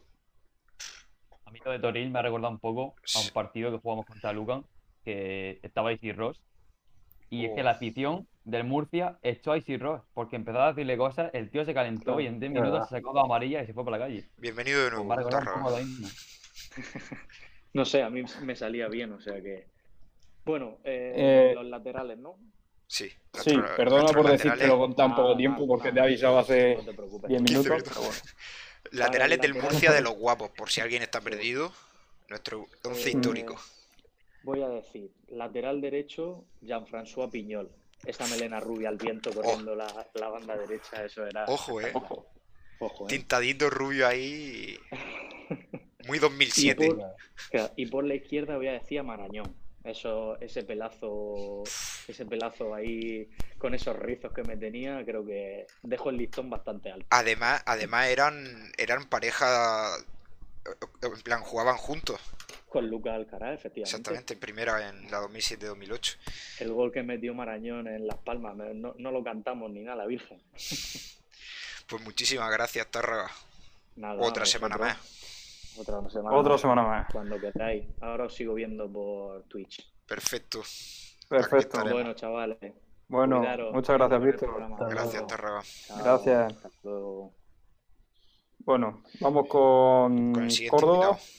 A mí lo de Toril me ha recordado un poco a un partido que jugamos contra Lugan, que estaba Isi Ross. Y es que Oh. la afición del Murcia echó a Isi Ross, porque empezó a decirle cosas, el tío se calentó Claro, y en diez es minutos verdad. se sacó la amarilla y se fue por la calle. Bienvenido de Pues nuevo, me ha recordado un Tarra. poco lo mismo. no sé, a mí me salía bien, o sea que. Bueno, eh, Eh, los laterales, ¿no? Sí, Sí, nuestro- perdona nuestros por laterales, decírtelo con tan poco Nada, tiempo, nada, porque te he nada, avisado hace no te preocupes. diez quince minutos, minutos. pero bueno. laterales Para del el lateral- Murcia de los guapos, por si alguien está perdido. Nuestro once Eh, histórico. Voy a decir, lateral derecho, Jean-François Piñol. esa melena rubia al viento corriendo la, la banda derecha, eso era... Ojo, eh. Ojo. Ojo, ¿eh? Tintadito rubio ahí. Muy dos mil Y siete. por, claro, y por la izquierda voy a decir a Marañón. Eso, ese pelazo, ese pelazo ahí con esos rizos que me tenía, creo que dejo el listón bastante alto. Además, además eran, eran pareja. En plan, jugaban juntos. Con Lucas Alcaraz, efectivamente. Exactamente, en primera en la dos mil siete dos mil ocho. El gol que metió Marañón en Las Palmas, no, no lo cantamos ni nada, la Virgen. Pues muchísimas gracias, Tárraga. Nada, Otra vosotros, semana más. Otra semana Otra más, semana más. cuando queráis. Ahora os sigo viendo por Twitch. Perfecto. Perfecto. estaremos. Bueno, chavales. Bueno, cuidaros. muchas gracias, Seguimos con el Víctor. programa. Hasta Gracias, luego. Tárraga. Chao, Gracias. hasta luego. Bueno, vamos con, Con el siguiente Córdoba, invitado.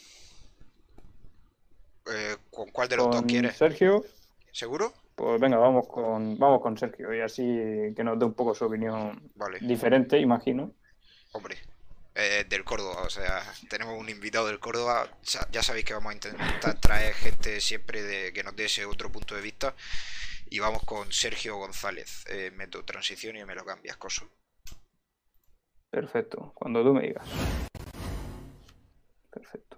Eh, ¿Con cuál de los dos con quieres? Sergio. ¿Seguro? Pues venga, vamos con, vamos con Sergio y así que nos dé un poco su opinión Vale. diferente, imagino. Hombre, eh, del Córdoba, o sea, tenemos un invitado del Córdoba. Sa- Ya sabéis que vamos a intentar traer gente siempre de que nos dé ese otro punto de vista. Y vamos con Sergio González. Eh, meto transición y me lo cambias, coso. Perfecto, cuando tú me digas. Perfecto.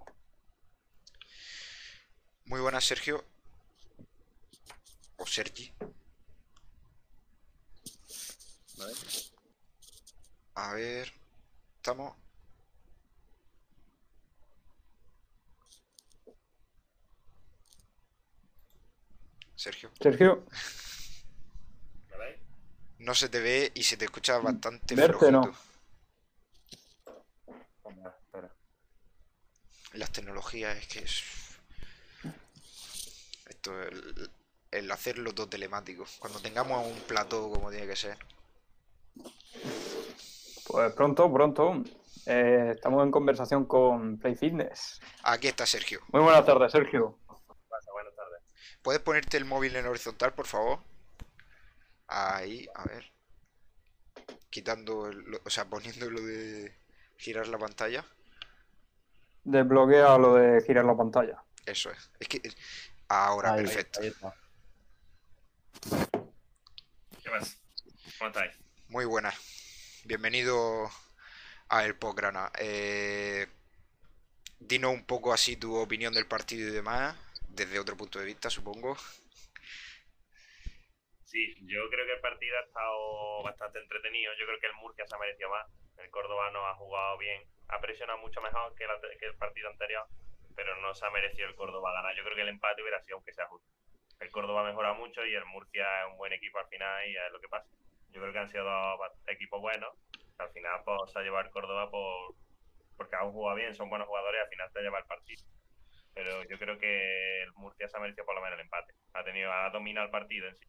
Muy buenas, Sergio. O Sergi. Vale. A ver. Estamos. Sergio. Sergio, ¿Me veis? No se te ve y se te escucha bastante Verte no. flojito. Venga, espera. Las tecnologías es que es. Esto, el, el hacerlo todo telemático. Cuando tengamos un plató como tiene que ser. pues pronto, pronto. eh, estamos en conversación con Play Fitness. Aquí está Sergio. Muy buenas tardes, Sergio. ¿Qué pasa? Buenas tardes. ¿Puedes ponerte el móvil en horizontal, por favor? Ahí, a ver. Quitando, el- lo- o sea, poniendo lo de girar la pantalla. Desbloquea lo de girar la pantalla. Eso es. Es que ahora, Ahí, perfecto. ahí está. ¿Qué pasa? ¿Cómo estáis? Muy buena. Bienvenido a El Postgrana. Eh, dinos un poco así tu opinión del partido y demás, desde otro punto de vista, supongo. Sí, yo creo que el partido ha estado bastante entretenido. Yo creo que el Murcia se ha merecido más. El Córdoba no ha jugado bien. Ha presionado mucho mejor que, la- que el partido anterior, pero no se ha merecido el Córdoba ganar. Yo creo que el empate hubiera sido aunque sea justo. El Córdoba ha mejorado mucho y el Murcia es un buen equipo al final y es lo que pasa. Yo creo que han sido dos ba- equipos buenos. Al final pues, se ha llevado el Córdoba por, porque han jugado bien, son buenos jugadores y al final te lleva el partido. Pero yo creo que el Murcia se ha merecido por lo menos el empate. Ha tenido, ha dominado el partido en sí.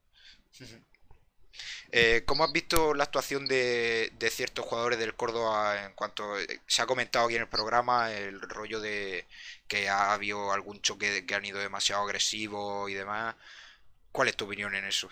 Eh, ¿cómo has visto la actuación de, de ciertos jugadores del Córdoba en cuanto eh, se ha comentado aquí en el programa el rollo de que ha habido algún choque de que han ido demasiado agresivos y demás? ¿Cuál es tu opinión en eso?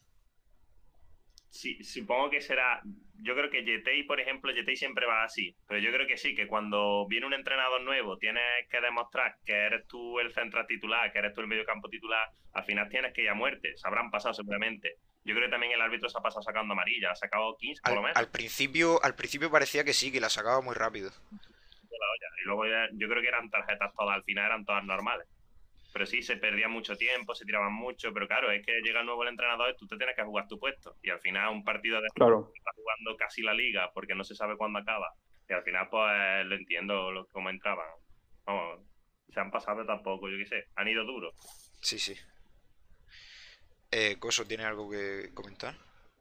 Sí, supongo que será. Yo creo que Yetey, por ejemplo, Yetey siempre va así. Pero yo creo que sí, que cuando viene un entrenador nuevo tienes que demostrar que eres tú el central titular, que eres tú el mediocampo titular. Al final tienes que ir a muerte. Se habrán pasado seguramente. Yo creo que también el árbitro se ha pasado sacando amarilla. Ha sacado quince por Al, lo menos. al principio, al principio parecía que sí, que la sacaba muy rápido. De la olla. Y luego ya- yo creo que eran tarjetas todas. Al final eran todas normales. Pero sí, se perdía mucho tiempo, se tiraban mucho. Pero claro, es que llega el nuevo entrenador y tú te tienes que jugar tu puesto. Y al final un partido de Claro. está jugando casi la liga porque no se sabe cuándo acaba. Y al final, pues lo entiendo lo, cómo entraban. Vamos, se han pasado tampoco, yo qué sé. Han ido duros. Sí, sí. Eh, Coso, ¿tiene algo que comentar?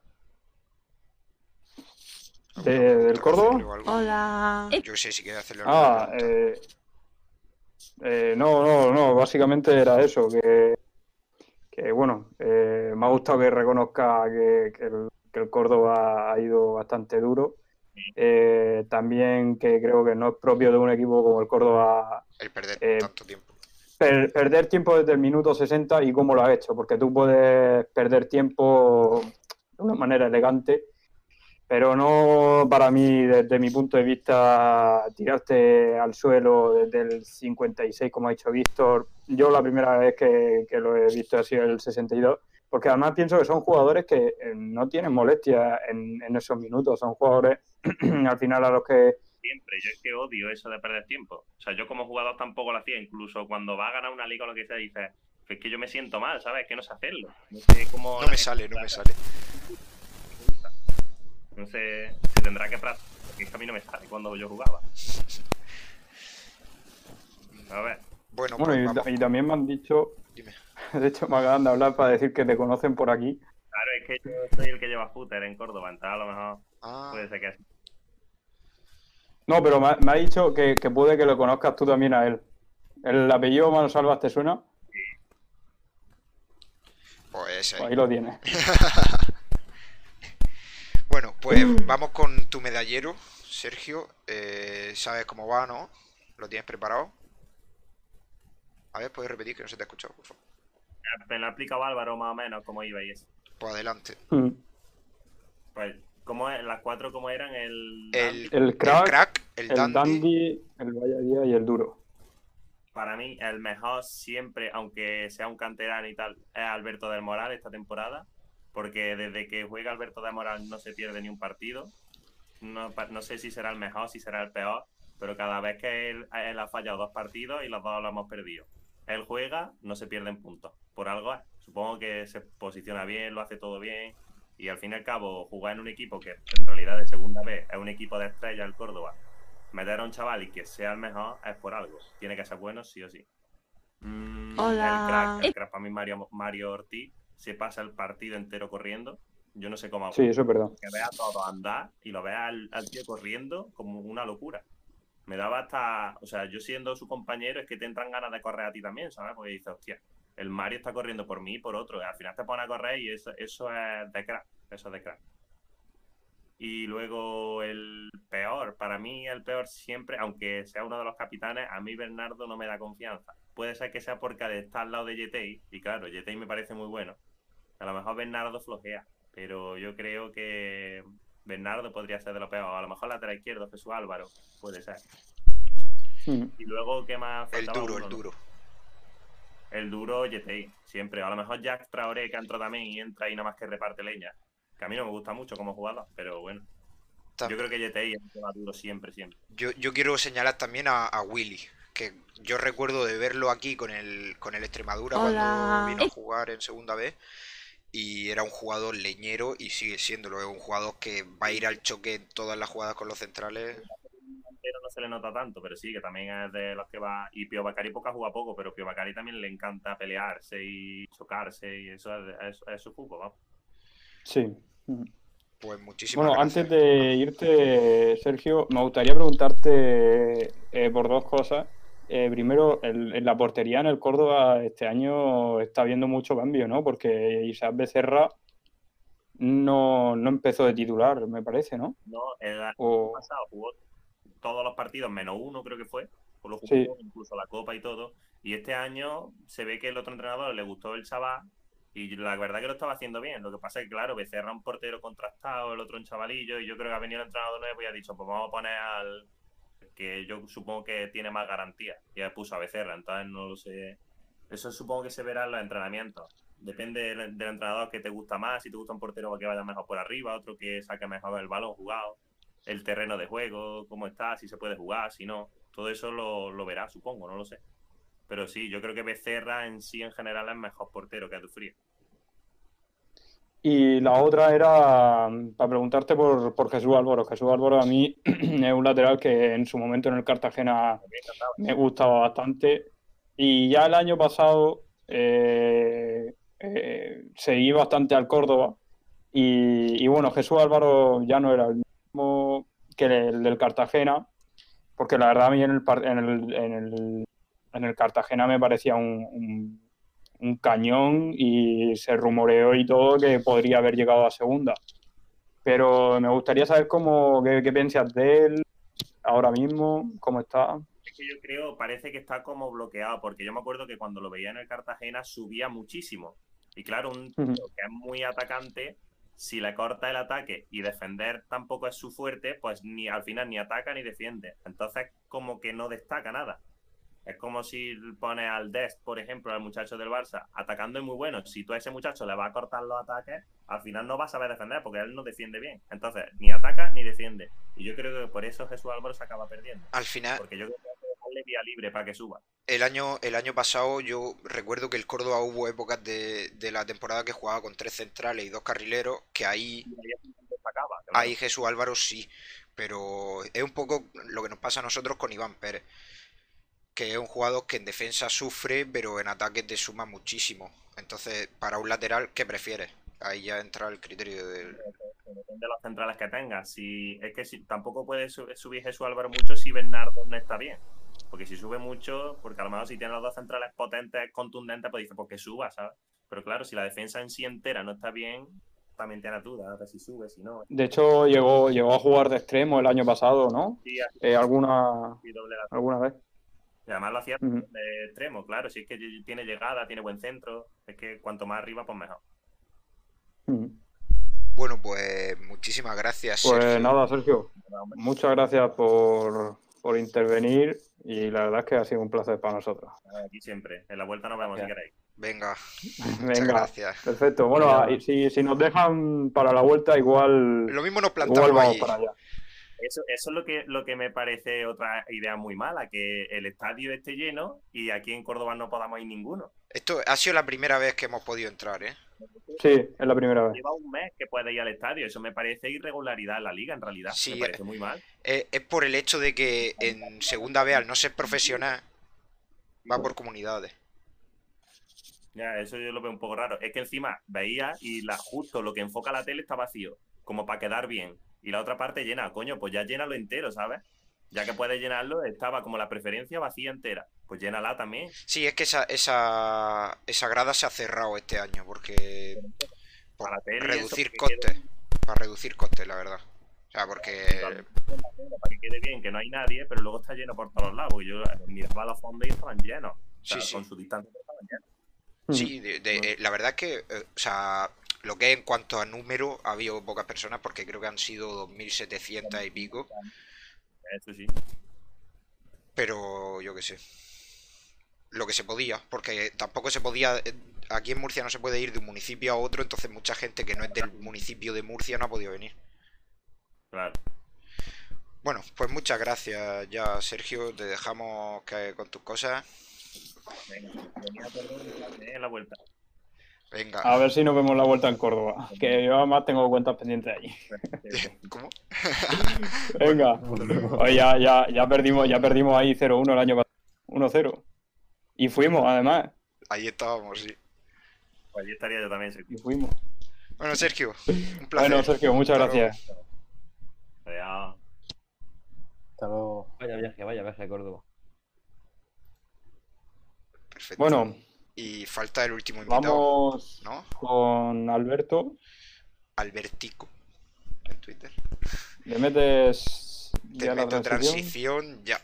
¿De- del Córdoba? ¿Hacerle o algo? Hola. Yo qué sé, si quieres hacerle algo. Ah, eh, eh, no, no, no, básicamente era eso, que, que bueno, eh, me ha gustado que reconozca que, que el, que el Córdoba ha ido bastante duro. Eh, también que creo que no es propio de un equipo como el Córdoba El perder eh, tanto tiempo. per- perder tiempo desde el minuto sesenta y cómo lo ha hecho, porque tú puedes perder tiempo de una manera elegante, pero no para mí, desde mi punto de vista, tirarte al suelo desde el cincuenta y seis, como ha dicho Víctor. Yo la primera vez que, que lo he visto ha sido el sesenta y dos, Porque además pienso que son jugadores que eh, no tienen molestia en, en esos minutos. Son jugadores al final a los que... Siempre, yo es que odio eso de perder tiempo. O sea, yo como jugador tampoco lo hacía. Incluso cuando va a ganar una liga o lo que sea, dices, es que yo me siento mal, ¿sabes? Es que no sé hacerlo. No sé cómo... No la me gente sale, no me sabe. sale. No sé, se tendrá que practicar, porque es que a mí no me sale cuando yo jugaba. A ver, Bueno, Bueno, pues y, vamos. ta- y también me han dicho, Dime. de hecho me acaban de hablar para decir que te conocen por aquí. claro, es que yo soy el que lleva footer en Córdoba, entonces a lo mejor Ah, puede ser que así. No, pero me, ha- me ha dicho que, que puede que lo conozcas tú también a él. ¿El apellido Mano Salvas te suena? pues ese Pues ahí. ahí lo tienes. Bueno, pues vamos con tu medallero, Sergio. Eh, ¿sabes cómo va, no? ¿Lo tienes preparado? A ver, puedes repetir que no se te ha escuchado, por favor. Me lo ha explicado Álvaro más o menos cómo iba y eso. Pues adelante. Mm. Pues, ¿cómo es? Las cuatro, ¿cómo eran? El, El, El el crack, crack, el el dandy. dandy, el vaya día y el duro. Para mí, el mejor siempre, aunque sea un canterano y tal, es Alberto del Moral esta temporada. Porque desde que juega Alberto del Moral no se pierde ni un partido. No, pa- no sé si será el mejor, si será el peor, pero cada vez que él, él ha fallado dos partidos y los dos los hemos perdido. Él juega, no se pierden puntos. Por algo es. Supongo que se posiciona bien, lo hace todo bien. Y al fin y al cabo, jugar en un equipo que en realidad de segunda vez es un equipo de estrella, el Córdoba, meter a un chaval y que sea el mejor es por algo. Tiene que ser bueno sí o sí. Mm, Hola. El crack, el crack para mí Mario, Mario Ortiz, se pasa el partido entero corriendo. Yo no sé cómo Sí, eso es verdad. que vea a todos andar y lo vea al, al tío corriendo como una locura. Me daba hasta, o sea, yo siendo su compañero es que te entran ganas de correr a ti también, ¿sabes? Porque dices, hostia, el Mario está corriendo por mí y por otro. Y al final te pone a correr y eso, eso es de crack, eso es de crack. Y luego el peor, para mí el peor siempre, aunque sea uno de los capitanes, a mí Bernardo no me da confianza. Puede ser que sea porque está al lado de Yetei, y claro, Yetei me parece muy bueno. A lo mejor Bernardo flojea, pero yo creo que Bernardo podría ser de lo peor. A lo mejor lateral izquierdo, Jesús Álvaro, puede ser. Mm. Y luego, ¿qué más El faltaba? duro, Uno, el ¿no? duro. El duro Yetei, siempre. A lo mejor Jack Traoré, que entra también y entra y nada más que reparte leña. Que a mí no me gusta mucho como jugador, pero bueno. Tam- Yo creo que Yetei es el que va duro siempre, siempre. Yo, yo quiero señalar también a, a Willy, que yo recuerdo de verlo aquí con el, con el Extremadura cuando Hola. vino a jugar en segunda vez. Y era un jugador leñero y sigue siéndolo. Es un jugador que va a ir al choque en todas las jugadas con los centrales. Pero no se le nota tanto, pero sí, que también es de los que va. Y Pio Bacari poca juega poco, pero Pio Bacari también le encanta pelearse y chocarse, y eso es, es, es su fútbol, vamos. Sí. Mm. Pues muchísimas Bueno, gracias. antes de irte, Sergio, me gustaría preguntarte eh, por dos cosas. Eh, primero, el- en la portería en el Córdoba este año está habiendo mucho cambio, ¿no? Porque Isaac Becerra no, no empezó de titular, me parece, ¿no? No, el año O... pasado jugó todos los partidos, menos uno creo que fue, por lo jugó Sí. incluso la Copa y todo. Y este año se ve que el otro entrenador le gustó el chaval y la verdad que lo estaba haciendo bien. Lo que pasa es que, claro, Becerra un portero contrastado, el otro un chavalillo, y yo creo que ha venido el entrenador nuevo y ha dicho, pues vamos a poner al que yo supongo que tiene más garantía. Y ya puso a Becerra, entonces no lo sé. Eso supongo que se verá en los entrenamientos. Depende del, del entrenador que te gusta más, si te gusta un portero que vaya mejor por arriba, otro que saque mejor el balón jugado, el terreno de juego, cómo está, si se puede jugar, si no. Todo eso lo, lo verá, supongo, no lo sé. Pero sí, yo creo que Becerra en sí en general es mejor portero que Dufría. Y la otra era mm, para preguntarte por, por Jesús Álvaro. Jesús Álvaro a mí es un lateral que en su momento en el Cartagena me gustaba bastante. Y ya el año pasado eh, eh, seguí bastante al Córdoba. Y, y bueno, Jesús Álvaro ya no era el mismo que el del Cartagena, porque la verdad a mí en el, par- en el, en el, en el Cartagena me parecía un, un, un cañón y se rumoreó y todo que podría haber llegado a segunda. Pero me gustaría saber cómo, qué, qué piensas de él ahora mismo, cómo está. Es que yo creo, parece que está como bloqueado, porque yo me acuerdo que cuando lo veía en el Cartagena subía muchísimo. Y claro, un tío Ujú. que es muy atacante, si le corta el ataque y defender tampoco es su fuerte, pues ni al final ni ataca ni defiende. Entonces como que no destaca nada. Es como si pones al Dest, por ejemplo, al muchacho del Barça, atacando es muy bueno. Si tú a ese muchacho le vas a cortar los ataques, al final no vas a saber defender porque él no defiende bien. Entonces, ni ataca ni defiende. Y yo creo que por eso Jesús Álvaro se acaba perdiendo. Al final, Porque yo creo que hay que dejarle vía libre para que suba. el año, el año pasado yo recuerdo que el Córdoba hubo épocas de, de la temporada que jugaba con tres centrales y dos carrileros, que ahí, Y ahí es donde destacaba, claro. ahí Jesús Álvaro sí, pero es un poco lo que nos pasa a nosotros con Iván Pérez, que es un jugador que en defensa sufre, pero en ataque te suma muchísimo. Entonces, para un lateral, ¿qué prefieres? Ahí ya entra el criterio del... Depende de los centrales que tengas. Si, es que si, tampoco puede su- subir Jesús Álvaro mucho si Bernardo no está bien. Porque si sube mucho, porque a lo mejor si tiene los dos centrales potentes, contundentes, pues dice, pues que suba, ¿sabes? Pero claro, si la defensa en sí entera no está bien, también tienes dudas de si sube, si no. De hecho, llegó, llegó a jugar de extremo el año pasado, ¿no? Sí, así Eh, alguna, sí, doble la- alguna vez. Y además lo hacía Ujú. de extremo, claro. Si es que tiene llegada, tiene buen centro, es que cuanto más arriba, pues mejor. Ujú. Bueno, pues muchísimas gracias, Pues Sergio. nada, Sergio, muchas gracias por, por intervenir y la verdad es que ha sido un placer para nosotros. Aquí siempre. En la vuelta nos vemos si queréis. Venga, muchas Venga, gracias. perfecto. Bueno, Venga. y si, si nos dejan para la vuelta, igual, Lo mismo nos igual plantamos vamos allí. para allá. Eso, eso es lo que, lo que me parece otra idea muy mala, que el estadio esté lleno y aquí en Córdoba no podamos ir ninguno. Esto ha sido la primera vez que hemos podido entrar, ¿eh? Sí, es la primera vez. Lleva un mes que puede ir al estadio, eso me parece irregularidad en la liga en realidad, Sí, me parece muy mal. Es, es por el hecho de que en segunda vez, al no ser profesional, va por comunidades. Ya, eso yo lo veo un poco raro. Es que encima veía y la, justo lo que enfoca la tele está vacío, como para quedar bien. Y la otra parte llena, coño, pues ya llénalo entero, ¿sabes? Ya que puedes llenarlo, estaba como la preferencia vacía entera. Pues llénala también. Sí, es que esa, esa, esa grada se ha cerrado este año porque... Por Para la tele y reducir eso, que costes. Para reducir costes, la verdad. O sea, porque... Para que quede bien, que no hay nadie, pero luego está lleno por todos lados. Porque yo miraba los fondos y estaban llenos. O sea, Sí, sí. con su distancia estaban llenos. Sí, de- de- eh, la verdad es que, eh, o sea, lo que es en cuanto a número, ha habido pocas personas porque creo que han sido dos mil setecientos y pico, Eso sí. pero yo qué sé. Lo que se podía, porque tampoco se podía, eh, aquí en Murcia no se puede ir de un municipio a otro, entonces mucha gente que no es del municipio de Murcia no ha podido venir. Claro. Bueno, pues muchas gracias ya, Sergio, te dejamos que con tus cosas. Venga, venía a perder en la vuelta. Venga. A ver si nos vemos la vuelta en Córdoba, que yo además tengo cuentas pendientes allí. ¿Cómo? Venga, Oye, ya, ya, ya perdimos, ya perdimos ahí cero uno el año pasado, uno cero. Y fuimos, además, Ahí estábamos, sí. Pues allí estaría yo también. Sí. y fuimos. Bueno, Sergio, un placer. Bueno, Sergio, muchas Hasta luego. gracias. Adiós. Hasta luego. Vaya viaje, vaya viaje a Córdoba. Perfecto. Bueno, Y falta el último invitado, vamos ¿no? con Alberto. Albertico en Twitter. Le metes Te ya la meto transición. transición ya.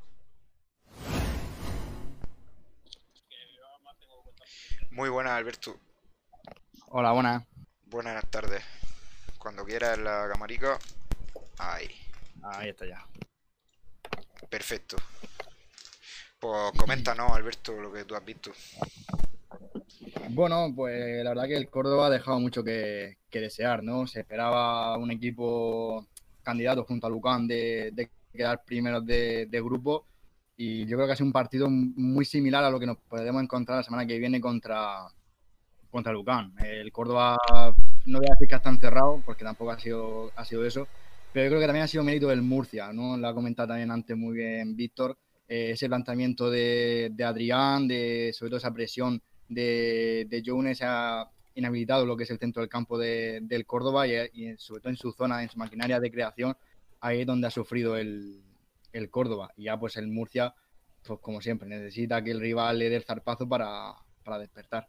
Muy buenas, Alberto. Hola, buenas. Buenas tardes. Cuando quieras la camarica. Ahí. Ahí está ya. Perfecto. Pues coméntanos, Alberto, lo que tú has visto. Bueno, pues la verdad que el Córdoba ha dejado mucho que, que desear, ¿no? Se esperaba un equipo candidato junto a Lucán de, de quedar primeros de, de grupo y yo creo que ha sido un partido muy similar a lo que nos podemos encontrar la semana que viene contra, contra Lucán. El Córdoba, no voy a decir que está encerrado porque tampoco ha sido, ha sido eso, pero yo creo que también ha sido mérito del Murcia, ¿no? Lo ha comentado también antes muy bien Víctor, eh, ese planteamiento de, de Adrián, de sobre todo esa presión de, de Jones ha inhabilitado lo que es el centro del campo de, del Córdoba y, y sobre todo en su zona, en su maquinaria de creación, ahí es donde ha sufrido el, el Córdoba. Y ya pues el Murcia, pues como siempre, necesita que el rival le dé el zarpazo para, para despertar.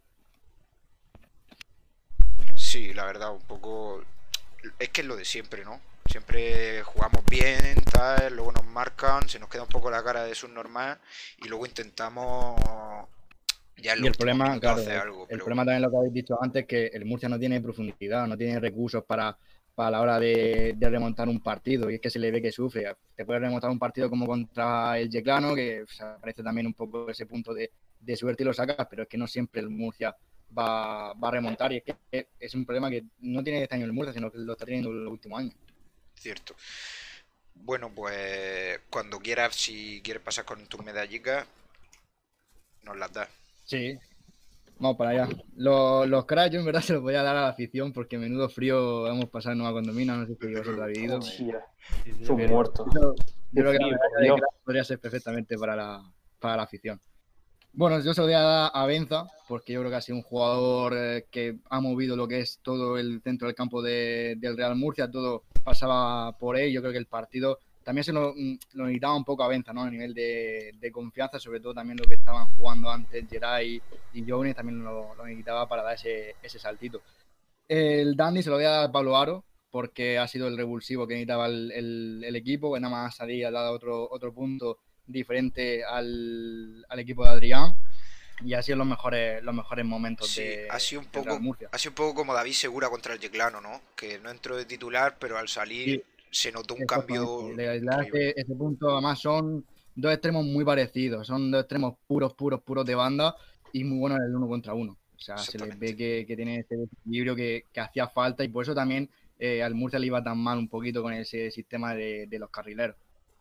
Sí, la verdad, un poco... Es que es lo de siempre, ¿no? Siempre jugamos bien, tal, luego nos marcan, se nos queda un poco la cara de subnormal y luego intentamos... Ya en Y los el últimos problema, minutos claro, hacer el, algo, el pero... problema también lo que habéis dicho antes, que el Murcia no tiene profundidad, no tiene recursos para, para la hora de, de remontar un partido, y es que se le ve que sufre. Te puedes remontar un partido como contra el Yeclano, que o sea, parece también un poco ese punto de, de suerte y lo sacas, pero es que no siempre el Murcia va, va a remontar, y es que es un problema que no tiene este año el Murcia, sino que lo está teniendo en los últimos años. Cierto. Bueno, pues cuando quieras, si quieres pasar con tus medallicas, nos las das. Sí, vamos para allá. Los, los cracks yo en verdad se los voy a dar a la afición, porque menudo frío hemos pasado en Nueva Condomina, no sé si vosotros habéis ido. Hostia, Sí, sí, son que- muertos. Yo, yo creo que la frío, medalla de Dios. crack podría ser perfectamente para la, para la afición. Bueno, yo se lo voy a dar a Benza, porque yo creo que ha sido un jugador eh, que ha movido lo que es todo el centro del campo de- del Real Murcia, todo pasaba por él. Yo creo que el partido también se lo, mm, lo necesitaba un poco a Benza, ¿no? A nivel de, de confianza, sobre todo también lo que estaban jugando antes Geray y, y Jones, también lo, lo necesitaba para dar ese, ese saltito. El Dandy se lo voy a dar a Pablo Aro, porque ha sido el revulsivo que necesitaba el, el- el equipo, que nada más salía, ha dado otro, otro punto diferente al, al equipo de Adrián, y ha sido los mejores, los mejores momentos Sí, de, ha sido un del poco, Real Murcia. ha sido un poco como David Segura contra el Yeclano, ¿no? Que no entró de titular, pero al salir se notó un cambio Exactamente. Le- le da increíble. ese, ese punto, además son dos extremos muy parecidos, son dos extremos puros, puros, puros de banda y muy buenos en el uno contra uno. O sea, se les ve Exactamente. que, que tienen ese equilibrio que, que hacía falta, y por eso también eh, al Murcia le iba tan mal un poquito con ese sistema de, de los carrileros.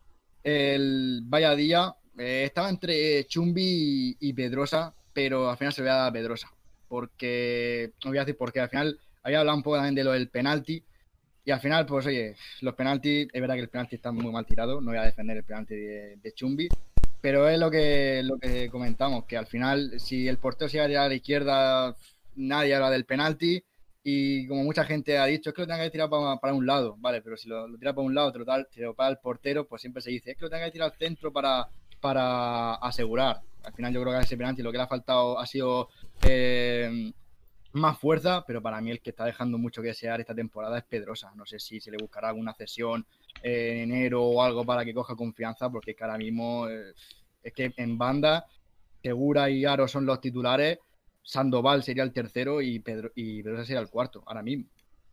El Valladía eh, estaba entre Chumbi y, y Pedrosa, pero al final se le voy a dar a Pedrosa, porque, no voy a decir por qué, al final había hablado un poco también de lo del penalti, y al final, pues oye, los penaltis, es verdad que el penalti está muy mal tirado, no voy a defender el penalti de, de Chumbi, pero es lo que, lo que comentamos, que al final, si el portero se iba a tirar a la izquierda, nadie habla del penalti, y como mucha gente ha dicho, es que lo tenga que tirar para, para un lado, vale, pero si lo, lo tira para un lado, te lo, tal, te lo para el portero, pues siempre se dice, es que lo tenga que tirar al centro para, para asegurar. Al final yo creo que a ese penalti lo que le ha faltado ha sido eh, más fuerza, pero para mí el que está dejando mucho que desear esta temporada es Pedrosa. No sé si se le buscará alguna cesión en enero o algo para que coja confianza, porque es que ahora mismo eh, es que en banda Segura y Aro son los titulares, Sandoval sería el tercero y Pedro y Pedrosa sería el cuarto ahora mismo.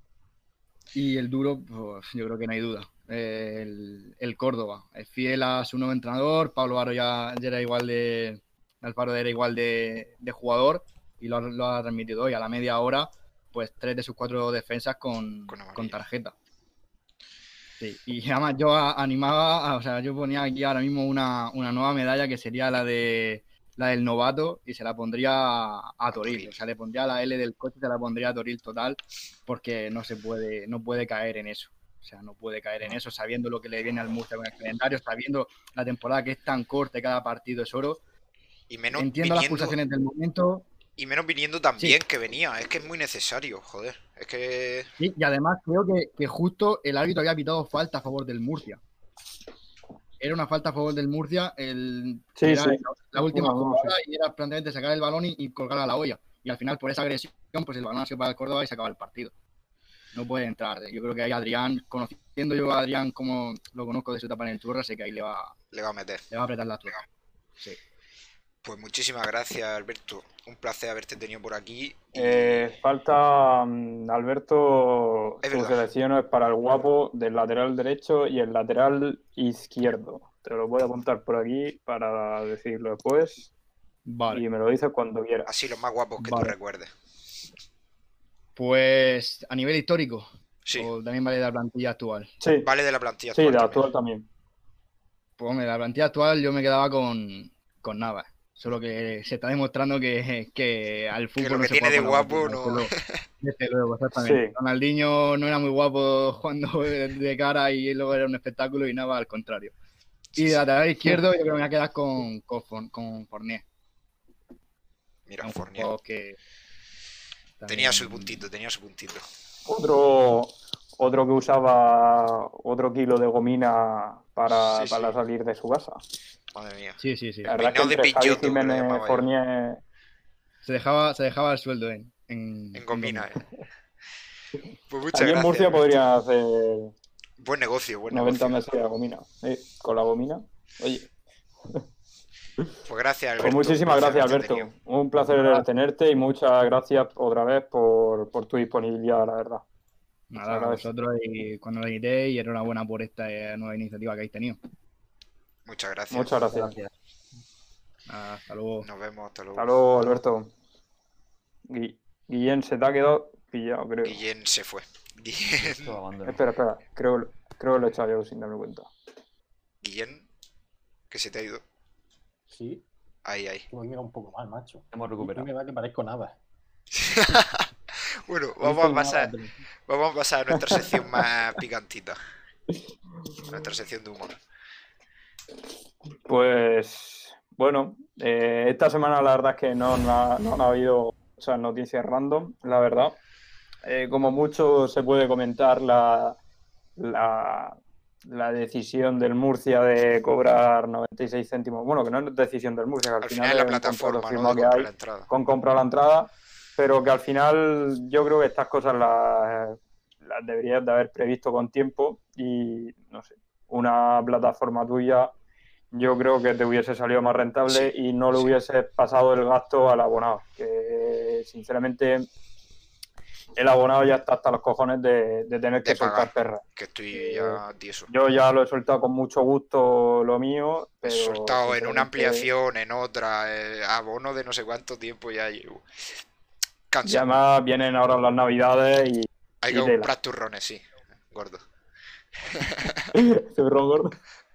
Y el duro, pues, yo creo que no hay duda. El, el Córdoba es fiel a su nuevo entrenador. Pablo Aro ya, ya era igual de. Alfaro era igual de, de jugador, y lo, ha- lo ha transmitido hoy. A la media hora, pues tres de sus cuatro defensas con, Con amarilla. con tarjeta. Sí, y además yo a- animaba, a- o sea, yo ponía aquí ahora mismo una, una nueva medalla que sería la de la del novato, y se la pondría a, a Toril. Toril. O sea, le pondría la L del coche, se la pondría a Toril total, porque no se puede, no puede caer en eso. O sea, no puede caer en eso, sabiendo lo que le viene al Murcia con el calendario, sabiendo la temporada que es tan corta y cada partido es oro. Y menos Entiendo las viniendo, pulsaciones del momento. y menos viniendo tan Sí. bien que venía. Es que es muy necesario, joder. Es que Sí, y además creo que, que justo el árbitro había pitado falta a favor del Murcia. Era una falta a favor del Murcia, el, Sí, era sí. la, la última No, no, jugada, y era prácticamente sacar el balón y, y colgar a la olla. Y al final, por esa agresión, pues el balón ha sido para el Córdoba y se acaba el partido. No puede entrar. Yo creo que ahí Adrián, conociendo yo a Adrián como lo conozco de su etapa en el Churra, sé que ahí le va, le va a meter. le va a apretar la tuerca. Sí. Pues muchísimas gracias, Alberto. Un placer haberte tenido por aquí. y- Eh, falta mm, Alberto, Es su verdad. selección es para el guapo del lateral derecho y el lateral izquierdo. Te lo voy a apuntar por aquí para decirlo después Vale. y me lo dices cuando quieras. Así los más guapos que tú Vale. recuerdes. Pues a nivel histórico, Sí, o también vale de la plantilla actual. Sí, vale de la plantilla sí, actual de también. actual también. Pues hombre, la plantilla actual yo me quedaba con, con Navas. Solo que se está demostrando que, que al fútbol lo no que se tiene juega de con la guapo boca, no- desde luego. Desde luego, exactamente. Sí. Ronaldinho no era muy guapo jugando de cara y luego era un espectáculo, y Navas al contrario. Sí, Y de sí. lateral izquierdo yo creo que me voy a quedar con, con, Forn- con Fournier. Mira, Un Fournier. jugador que Tenía también- su puntito, tenía su puntito. Otro, otro que usaba otro kilo de gomina para, Sí, para sí. salir de su casa. Madre mía. Sí, sí, sí. La verdad es que Peinado de entre Javi Pidgeotto, que lo Jiménez, llamaba yo. Fournier, Se dejaba, se dejaba el sueldo en, en, En Gomina, Gomina. eh. Pues muchas aquí en gracias. Murcia Alberto. podría hacer Buen negocio, buen noventa negocio. meses a gomina. Sí, con la gomina. Oye, Pues gracias, Alberto. pues un muchísimas placer gracias, haberte Alberto. tenido. Un placer tenerte y muchas gracias otra vez por, por tu disponibilidad, la verdad. Nada, a vosotros y cuando lo editéis y enhorabuena por esta eh, nueva iniciativa que habéis tenido. Muchas gracias. Muchas gracias. Gracias. Nada, hasta luego. Nos vemos, hasta luego. Hasta luego, Alberto. Gui- Guillén se te ha quedado pillado, creo. Guillén se fue. Guillén, Esto abandono. Espera, espera. Creo, creo que lo he echado yo sin darme cuenta. Guillén, que se te ha ido. Sí, Ahí, ahí. me llega un poco mal, macho. Hemos Y recuperado. me va que parezco nada. Bueno, He vamos visto a un pasar, nada, pero- vamos a pasar a nuestra sección más picantita. Nuestra sección de humor. Pues bueno, eh, esta semana la verdad es que no, no ha, no ha habido muchas noticias random, la verdad. Eh, como mucho se puede comentar la, la, la decisión del Murcia de cobrar noventa y seis céntimos. Bueno, que no es decisión del Murcia, que al, Al final, final la es un contrato plataforma, ¿no? firmado De que comprar hay la entrada. con compra a la entrada, pero que al final yo creo que estas cosas las, las deberías de haber previsto con tiempo y no sé, una plataforma tuya yo creo que te hubiese salido más rentable Sí, y no le sí. hubiese pasado el gasto al abonado, que sinceramente el abonado ya está hasta los cojones de, de tener que De soltar pagar. perras. Que estoy ya tieso. Yo ya lo he soltado con mucho gusto lo mío, He pero soltado en una sinceramente- ampliación, en otra, eh, abono de no sé cuánto tiempo ya llevo. Y Cansa. además vienen ahora las navidades y Hay y que tela. comprar turrones, sí. Gordo. Turrón gordo.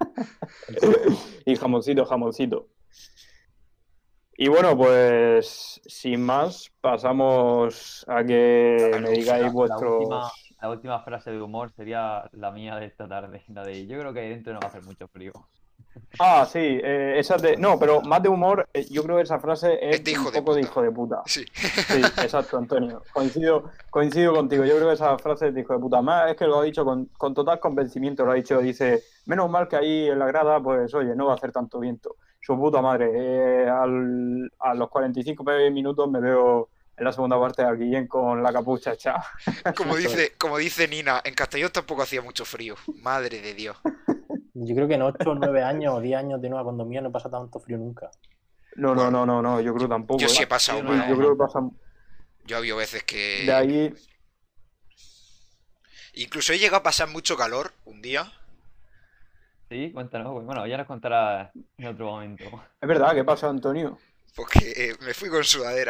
Y jamoncito, jamoncito. Y bueno, pues sin más, pasamos a que A me Luz, digáis la- La vuestros... última, la última frase de humor sería la mía de esta tarde. La de yo creo que ahí dentro no va a hacer mucho frío. Ah, sí, eh, esa de... No, pero más de humor, eh, yo creo que esa frase es, Es de hijo un de poco de puta. hijo de puta. Sí. Sí, exacto, Antonio. Coincido, coincido contigo. Yo creo que esa frase es de hijo de puta. Más es que lo ha dicho con, con total convencimiento. Lo ha dicho, dice, menos mal que ahí en la grada, pues oye, no va a hacer tanto viento. Su puta madre. Eh, al- a los cuarenta y cinco minutos me veo en la segunda parte de Guillén con la capucha echada. Como dice, como dice Nina, en Castellón tampoco hacía mucho frío. Madre de Dios. Yo creo que en ocho o nueve años o diez años de nueva condomía no pasa tanto frío nunca. No, no, no, no, no, yo creo tampoco. Yo sí ¿eh? he pasado Yo Yo, no, mal. yo ¿eh? creo que pasa Yo ha habido veces que... de ahí. Incluso he llegado a pasar mucho calor un día. Sí, cuéntanos. güey. Bueno, ya nos contarás en otro momento. Es verdad, ¿qué pasa, Antonio? Porque eh, me fui con sudadera.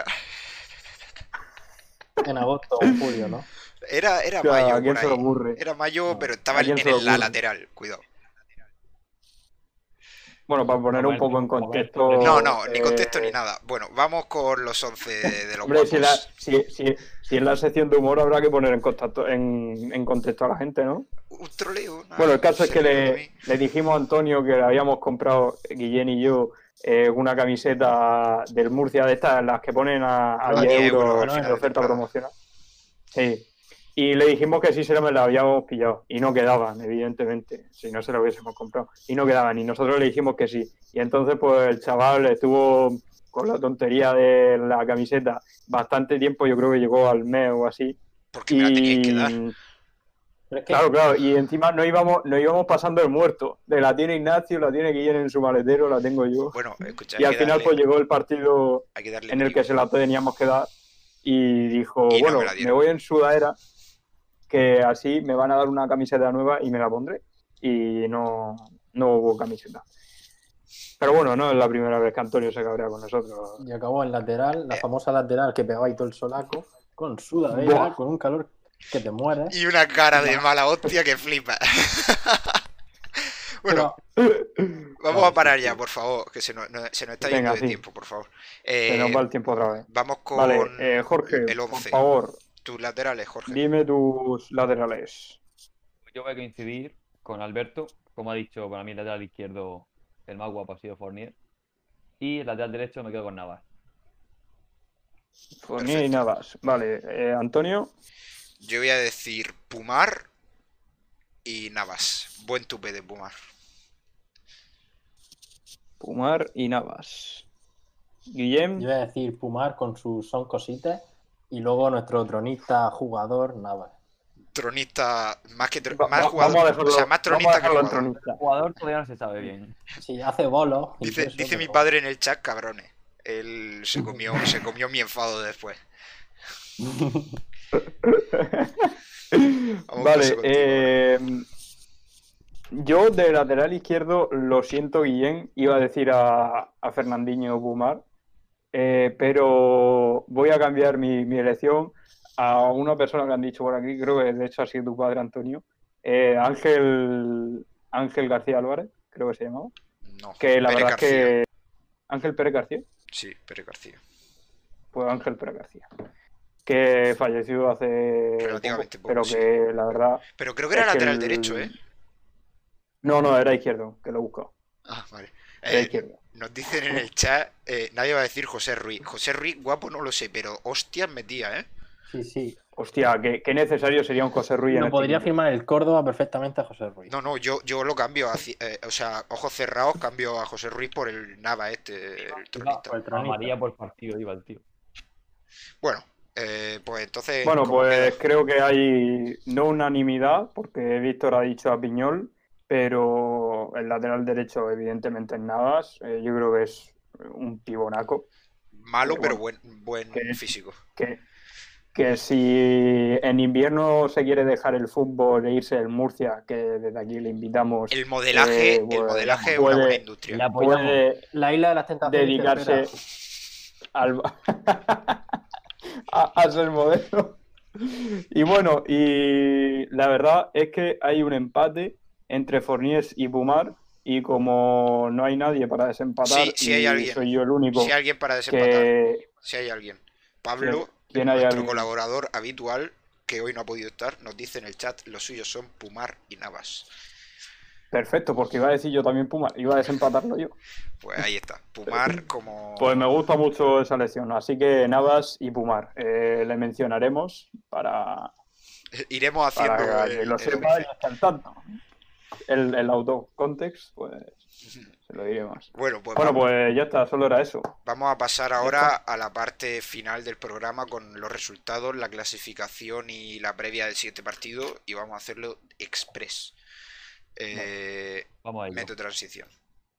En agosto o en julio, ¿no? Era, era O sea, mayo ¿a quién por se le ahí. ocurre? Era mayo, No. pero estaba ¿A quién en se le el- la ocurre? lateral. Cuidado. Bueno, para poner un poco en contexto. No, no, ni eh, contexto ni nada. Bueno, vamos con los once de los Hombre, si, la- guapos. si, si- si en la sección de humor habrá que poner en contacto, en, en contexto a la gente, ¿no? Un troleo. nada, Bueno, el caso es se que ríe de le, mí. le dijimos a Antonio que le habíamos comprado, Guillén y yo, eh, una camiseta del Murcia de estas, las que ponen a, a A diez diez euros euros al final de de oferta temporada. promocional. Sí. Y le dijimos que sí se la habíamos pillado. Y no quedaban, evidentemente. Si no se la hubiésemos comprado. Y no quedaban. Y nosotros le dijimos que sí. Y entonces, pues el chaval estuvo con la tontería de la camiseta bastante tiempo. Yo creo que llegó al mes o así. Porque me la teníais que dar. Y Pero es que claro, claro. Y encima no íbamos, no íbamos pasando el muerto. De la tiene Ignacio, la tiene Guillén en su maletero, la tengo yo. Bueno, escucha, Y hay al que final, darle, pues llegó el partido hay que darle en el que brillo. se la teníamos que dar y dijo, Y no bueno, me la me, dieron. voy en sudadera, que así me van a dar una camiseta nueva y me la pondré. Y no, no hubo camiseta. Pero bueno, no es la primera vez que Antonio se cabrea con nosotros. y acabó en lateral, la Eh. famosa lateral que pegaba ahí todo el solaco, con sudadera, Buah. con un calor que te mueres. Y una cara de mala hostia que flipa. Bueno, vamos a parar ya, por favor, que se nos, no- se nos está Venga, yendo de sí. tiempo, por favor. Se Eh, nos va el tiempo otra vez. vamos con Vale, eh, Jorge, el por once. favor, Tus laterales, Jorge. dime tus laterales. Yo voy a coincidir con Alberto. Como ha dicho, para mí el lateral izquierdo, el más guapo ha sido Fournier. Y el lateral derecho me quedo con Navas. Fournier y Navas. Vale, eh, Antonio. Yo voy a decir Pumar y Navas. Buen tupe de Pumar. Pumar y Navas. Guillem. Yo voy a decir Pumar con sus son cositas y luego nuestro tronista jugador Navas. Tronista, más que tro- Va- más va- jugador, vamos a dejarlo, o sea, más vamos a tronista que dejarlo en jugador. tronista. El jugador todavía no se sabe bien. Sí, hace bolos. y Dice, eso, dice mi pero- padre en el chat, cabrones. Él se comió, se comió mi enfado después. Vamos Vale, paso contigo ahora. eh, yo de lateral izquierdo, lo siento, Guillén, iba a decir a, a Fernandinho Bumar, eh, pero voy a cambiar mi, mi elección a una persona que han dicho por aquí, creo que de hecho ha sido tu padre, Antonio, eh, Ángel, Ángel García Álvarez, creo que se llamaba, No, que la Pérez verdad es García. que Ángel Pérez García, Sí, Pérez García. pues Ángel Pérez García, que falleció hace poco, Relativamente poco, pero sí. que la verdad Pero creo que era es que lateral el- derecho, ¿eh? No, no, era izquierdo, que lo he buscado. Ah, vale. Era Eh, izquierdo. nos dicen en el chat, eh, nadie va a decir José Ruiz. José Ruiz, guapo, no lo sé, pero hostias metía, ¿eh? Sí, sí. Hostia, qué, qué necesario sería un José Ruiz en Lo este podría equipo. firmar el Córdoba perfectamente a José Ruiz. No, no, yo, yo lo cambio, a, ci- eh, o sea, ojos cerrados, cambio a José Ruiz por el Nava este, el tronista. Por el A tronista. María por partido iba el tío. Bueno, eh, pues entonces, Bueno, ¿cómo pues queda? creo que hay no unanimidad, porque Víctor ha dicho a Piñol, pero el lateral derecho, evidentemente, en Navas, eh, yo creo que es un pibonaco. Malo, que, pero bueno, buen, buen que- físico. Que, que si en invierno se quiere dejar el fútbol e irse del Murcia, que desde aquí le invitamos, El modelaje, eh, el pues, modelaje es una puede- buena Le industria. apoyamos. puede La isla de las tentaciones. dedicarse tercera. al a, a ser modelo. Y bueno, y la verdad es que hay un empate entre Forniés y Pumar, y como no hay nadie para desempatar, Sí, sí hay y alguien. soy yo el único Si hay alguien para desempatar, que... si hay alguien. Pablo, ¿Quién hay nuestro alguien? colaborador habitual, que hoy no ha podido estar, nos dice en el chat, los suyos son Pumar y Navas. Perfecto, porque iba a decir yo también Pumar, iba a desempatarlo yo. Pues ahí está, Pumar como... Pues me gusta mucho esa elección, así que Navas y Pumar eh, le mencionaremos para, Iremos haciendo para que el, lo el sepa y once. esté al tanto. El, el autocontext, pues se lo diré más. Bueno, pues Bueno, vamos, pues ya está, solo era eso. vamos a pasar Ya ahora está. a la parte final del programa con los resultados, la clasificación y la previa del siguiente partido, y vamos a hacerlo express. Eh, Vamos a ello. Meto transición.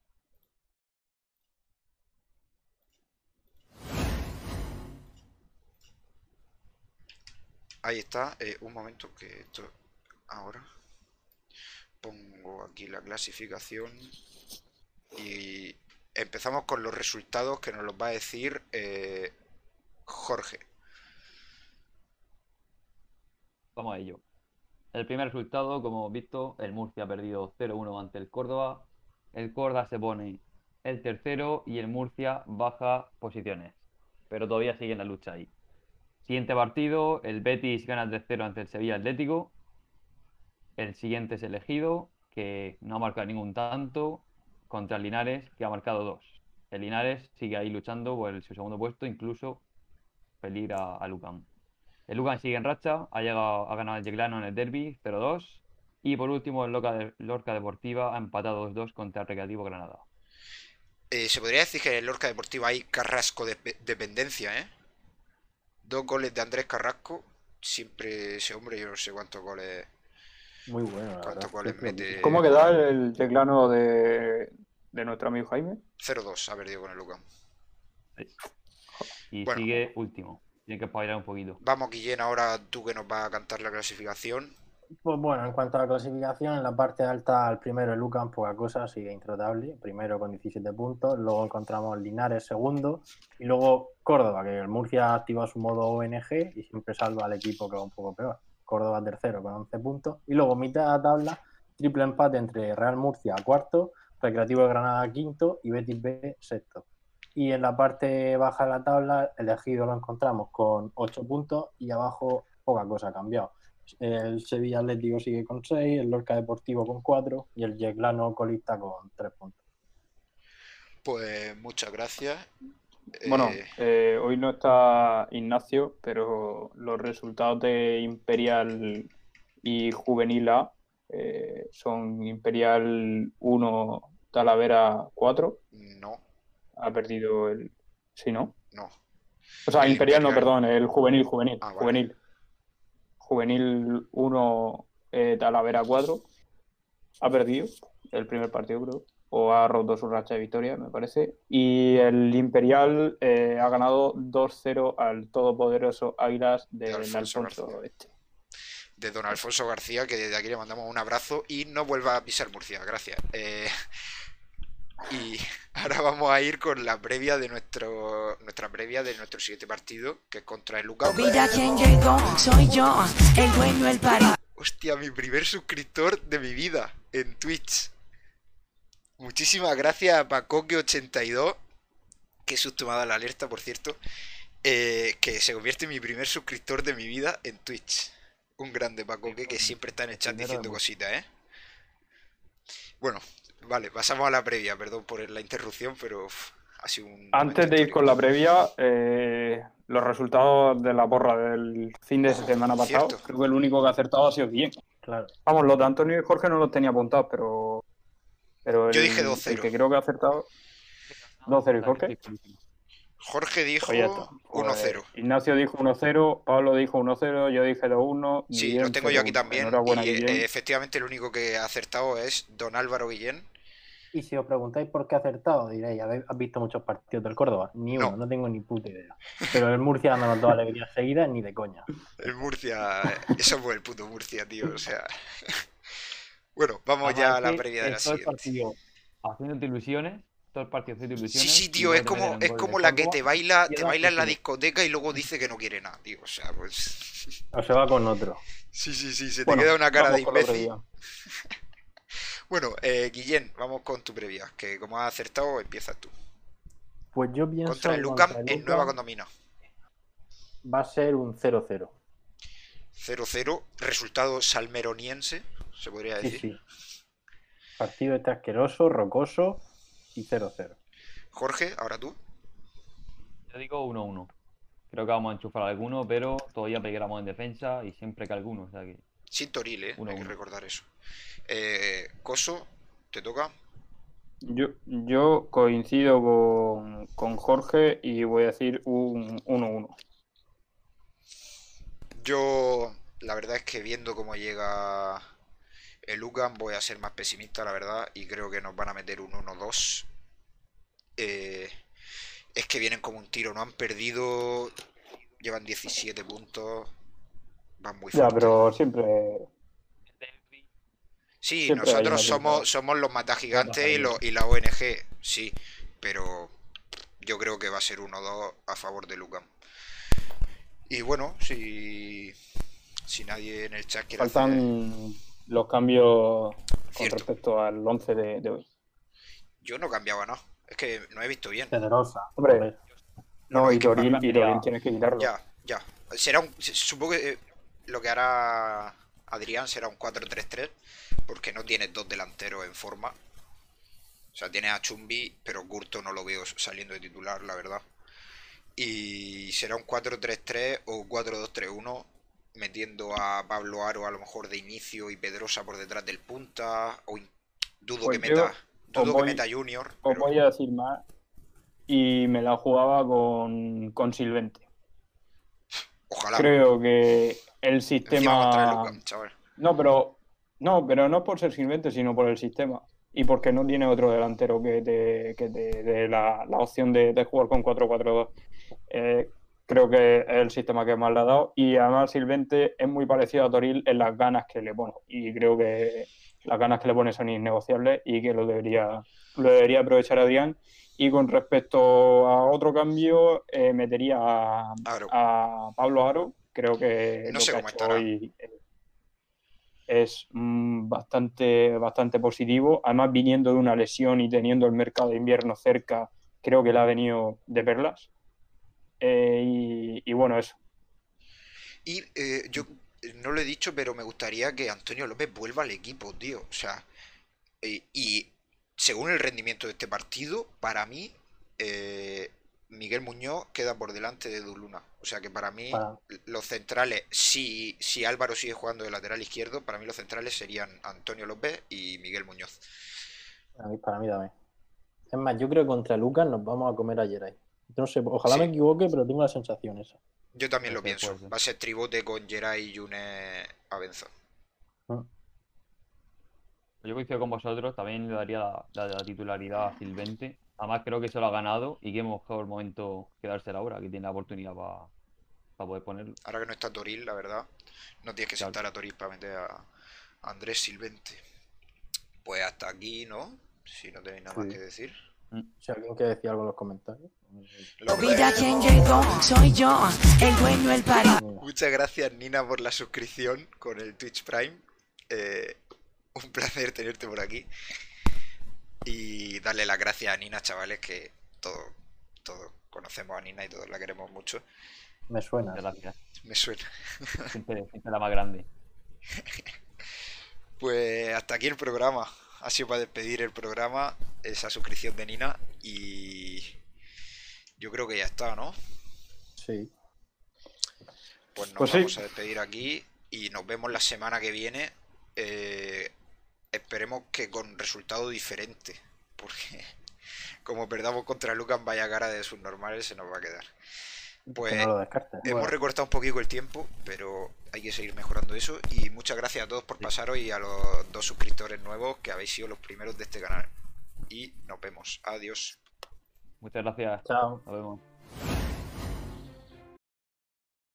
Ahí está, eh, un momento que esto ahora pongo aquí la clasificación y empezamos con los resultados que nos los va a decir eh, Jorge. Vamos a ello. El primer resultado, como hemos visto, el Murcia ha perdido cero uno ante el Córdoba. El Córdoba se pone el tercero y el Murcia baja posiciones. Pero todavía sigue en la lucha ahí. Siguiente partido, el Betis gana tres cero ante el Sevilla Atlético. El siguiente es el Ejido, que no ha marcado ningún tanto, contra el Linares, que ha marcado dos. El Linares sigue ahí luchando por el, su segundo puesto, incluso peligro a, a Lucan. El Lugan sigue en racha, ha, llegado, ha ganado el Yeclano en el derbi cero dos. Y por último, el Lorca, de, Lorca Deportiva ha empatado dos dos contra el Recreativo Granada. Eh, se podría decir que en el Lorca Deportiva hay Carrasco de dependencia, ¿eh? Dos goles de Andrés Carrasco. Siempre ese hombre, yo no sé cuántos goles. Muy bueno, la ¿Cuántos verdad. goles Siempre lo mete? mismo. ¿Cómo queda el teclano de, de nuestro amigo Jaime? cero dos ha perdido con el Lucan. Y Bueno. sigue último. Tiene que espabilar un poquito. Vamos, Guillén, ahora tú que nos vas a cantar la clasificación. Pues bueno, en cuanto a la clasificación, en la parte alta, el primero, el Lucan, poca cosa, sigue intratable. Primero con diecisiete puntos. Luego encontramos Linares, segundo. Y luego Córdoba, que el Murcia activa su modo O N G y siempre salva al equipo que va un poco peor. Córdoba tercero con once puntos. Y luego mitad de la tabla, triple empate entre Real Murcia cuarto, Recreativo de Granada quinto y Betis B sexto. Y en la parte baja de la tabla, el Ejido lo encontramos con ocho puntos y abajo poca cosa ha cambiado. El Sevilla Atlético sigue con seis, el Lorca Deportivo con cuatro y el Yeclano colista con tres puntos. Pues muchas gracias. Bueno, Eh, eh, hoy no está Ignacio, pero los resultados de Imperial y Juvenil A eh, son Imperial uno, Talavera cuatro. no, Ha perdido el... Sí, ¿no? no. O sea, El Imperial, no, Imperial. perdón, el Juvenil, Juvenil. Ah, vale. Juvenil. Juvenil uno, eh, Talavera cuatro. Ha perdido el primer partido, creo. O ha roto su racha de victoria, me parece. Y el Imperial eh, ha ganado dos cero al todopoderoso Águilas De del Alfonso Alfonso García. Este. de don Alfonso García, que desde aquí le mandamos un abrazo y no vuelva a pisar Murcia, gracias. Eh, y ahora vamos a ir con la previa de nuestro nuestra previa de nuestro siguiente partido, que es contra el Lucas. Mira quién llegó, soy yo, el dueño del party. Hostia, mi primer suscriptor de mi vida en Twitch. Muchísimas gracias a Pacoque ochenta y dos, que susto me ha dado la alerta, por cierto, eh, que se convierte en mi primer suscriptor de mi vida en Twitch. Un grande Pacoque, que siempre está en el chat diciendo cositas, ¿eh? Bueno, vale, pasamos a la previa, perdón por la interrupción, pero uf, ha sido un... Antes de ir con la previa, eh, los resultados de la porra del fin de semana pasado, Cierto. creo que el único que ha acertado ha sido Guillén. Claro. Vamos, los de Antonio y Jorge no los tenía apuntados, pero... pero el, Yo dije dos el cero. que creo que ha acertado... dos cero, ¿y Jorge? Jorge dijo Pues ya está. uno cero. Pues Ignacio dijo uno cero, Pablo dijo uno cero, yo dije dos uno. Sí, Guillén lo tengo yo aquí cero uno. también. Enhorabuena, Y Guillén. eh, efectivamente el único que ha acertado es don Álvaro Guillén. Y si os preguntáis por qué he acertado, diréis, ¿habéis has visto muchos partidos del Córdoba? Ni uno, No. no, tengo ni puta idea. Pero el Murcia dándonos dos alegrías seguidas, ni de coña. El Murcia, eso fue el puto Murcia, tío, o sea... Bueno, vamos Además, ya a es la que previa de la es todo el siguiente. partido haciéndote ilusiones, todo el partido haciendo Sí, ilusiones. sí, y tío, luego es te como, meten es un gol como de la que Córdoba, te baila, y te da baila en la título. discoteca y luego dice que no quiere nada, tío, o sea, pues... O se va con otro. Sí, sí, sí, se te Bueno, queda una cara de vamos con la imbécil. previa. Bueno, eh, Guillén, vamos con tu previa, que como has acertado, empiezas tú. Pues yo pienso Contra el que Lucam contra el en Lucam Nueva Condomina. va a ser un cero cero. cero cero, resultado salmeroniense, se podría Sí, decir. sí. Partido este asqueroso, rocoso y cero cero. Jorge, ahora tú. Yo digo uno uno. Creo que vamos a enchufar alguno, pero todavía peleamos en defensa y siempre que alguno. O sea que Sin Toril, eh, Uno, hay que uno. recordar eso. Eh, Coso, te toca. Yo, yo coincido con, con Jorge y voy a decir un uno uno. Yo, la verdad es que viendo cómo llega el Lucam, voy a ser más pesimista, la verdad, y creo que nos van a meter un uno dos. Eh, es que vienen como un tiro, no han perdido, llevan diecisiete puntos, van muy Ya, fuerte. pero siempre... Sí, siempre hay nosotros una somos, temporada. somos los matagigantes y, lo- y la O N G, sí, pero yo creo que va a ser uno dos a favor de Lucam. Y bueno, si, si nadie en el chat quiere hacer... Faltan los cambios con Cierto. respecto al once de, de hoy. Yo no cambiaba nada, es que no he visto bien. Pedrosa. Hombre. joder. No, hay y que Toril, cambiar. y Toril tienes que quitarlo. Ya, ya. Será un, supongo que eh, lo que hará Adrián será un cuatro tres tres, porque no tiene dos delanteros en forma. O sea, tiene a Chumbi, pero Curto no lo veo saliendo de titular, la verdad. Y será un cuatro tres tres o cuatro dos tres uno, metiendo a Pablo Aro a lo mejor de inicio y Pedrosa por detrás del punta. O in- dudo Pues que yo meta, dudo os que voy- meta Junior. Os pero- voy a decir más. Y me la jugaba con, con Silvente. Ojalá. Creo que el Encima contra el sistema... Lucam, chaval. No, pero no, pero no por ser Silvente, sino por el sistema. Y porque no tiene otro delantero que te, que te dé la, la opción de, de jugar con cuatro cuatro dos. Eh, creo que es el sistema que más le ha dado. Y además Silvente es muy parecido a Toril en las ganas que le pone. Y creo que las ganas que le pone son innegociables y que lo debería, lo debería aprovechar Adrián. Y con respecto a otro cambio, eh, metería a, Aro. a Pablo Aro. Creo que No lo sé que ha cómo hecho estará. hoy eh, es mm, bastante, bastante positivo. Además, viniendo de una lesión y teniendo el mercado de invierno cerca, creo que le ha venido de perlas. Eh, y, y bueno, eso. Y eh, yo eh, no lo he dicho, pero me gustaría que Antonio López vuelva al equipo, tío. O sea, eh, y según el rendimiento de este partido, para mí, eh, Miguel Muñoz queda por delante de Edu Luna. O sea que para mí, Para- los centrales, si, si Álvaro sigue jugando de lateral izquierdo, para mí los centrales serían Antonio López y Miguel Muñoz. Para mí, para mí también. Es más, yo creo que contra Lucas nos vamos a comer a Geray. No sé, ojalá Sí. me equivoque, pero tengo la sensación esa. Yo también lo Puede ser, pienso. puede ser. Va a ser tribote con Geray y Yune Abenza. Yo coincido con vosotros, también le daría la, la- la titularidad a Silvente. Además creo que se lo ha ganado y que es mejor momento que dársela ahora, que tiene la oportunidad para para poder ponerlo. Ahora que no está Toril, la verdad, no tienes que Claro. sentar a Toril para meter a a Andrés Silvente. Pues hasta aquí, ¿no? Si no tenéis nada más Sí. que decir. Si alguien quiere decir algo en los comentarios. Lo Mira veo. quién llegó, soy yo, el dueño del party. Mira, Muchas gracias, Nina, por la suscripción con el Twitch Prime. Eh, un placer tenerte por aquí. Y darle las gracias a Nina, chavales, que todos todos conocemos a Nina y todos la queremos mucho. me suena. Muchas gracias. Me suena. Siempre, siempre la más grande. Pues hasta aquí el programa. Ha sido para despedir el programa, esa suscripción de Nina. Y yo creo que ya está, ¿no? Sí. Pues nos Pues sí. vamos a despedir aquí y nos vemos la semana que viene. Eh, esperemos que con resultado diferente, porque como perdamos contra Lucas, vaya cara de subnormales se nos va a quedar. Pues Que no lo descartes. hemos Bueno, recortado un poquito el tiempo, pero hay que seguir mejorando eso. Y muchas gracias a todos por pasaros y a los dos suscriptores nuevos que habéis sido los primeros de este canal. Y nos vemos. Adiós. Muchas gracias. chao. Nos vemos.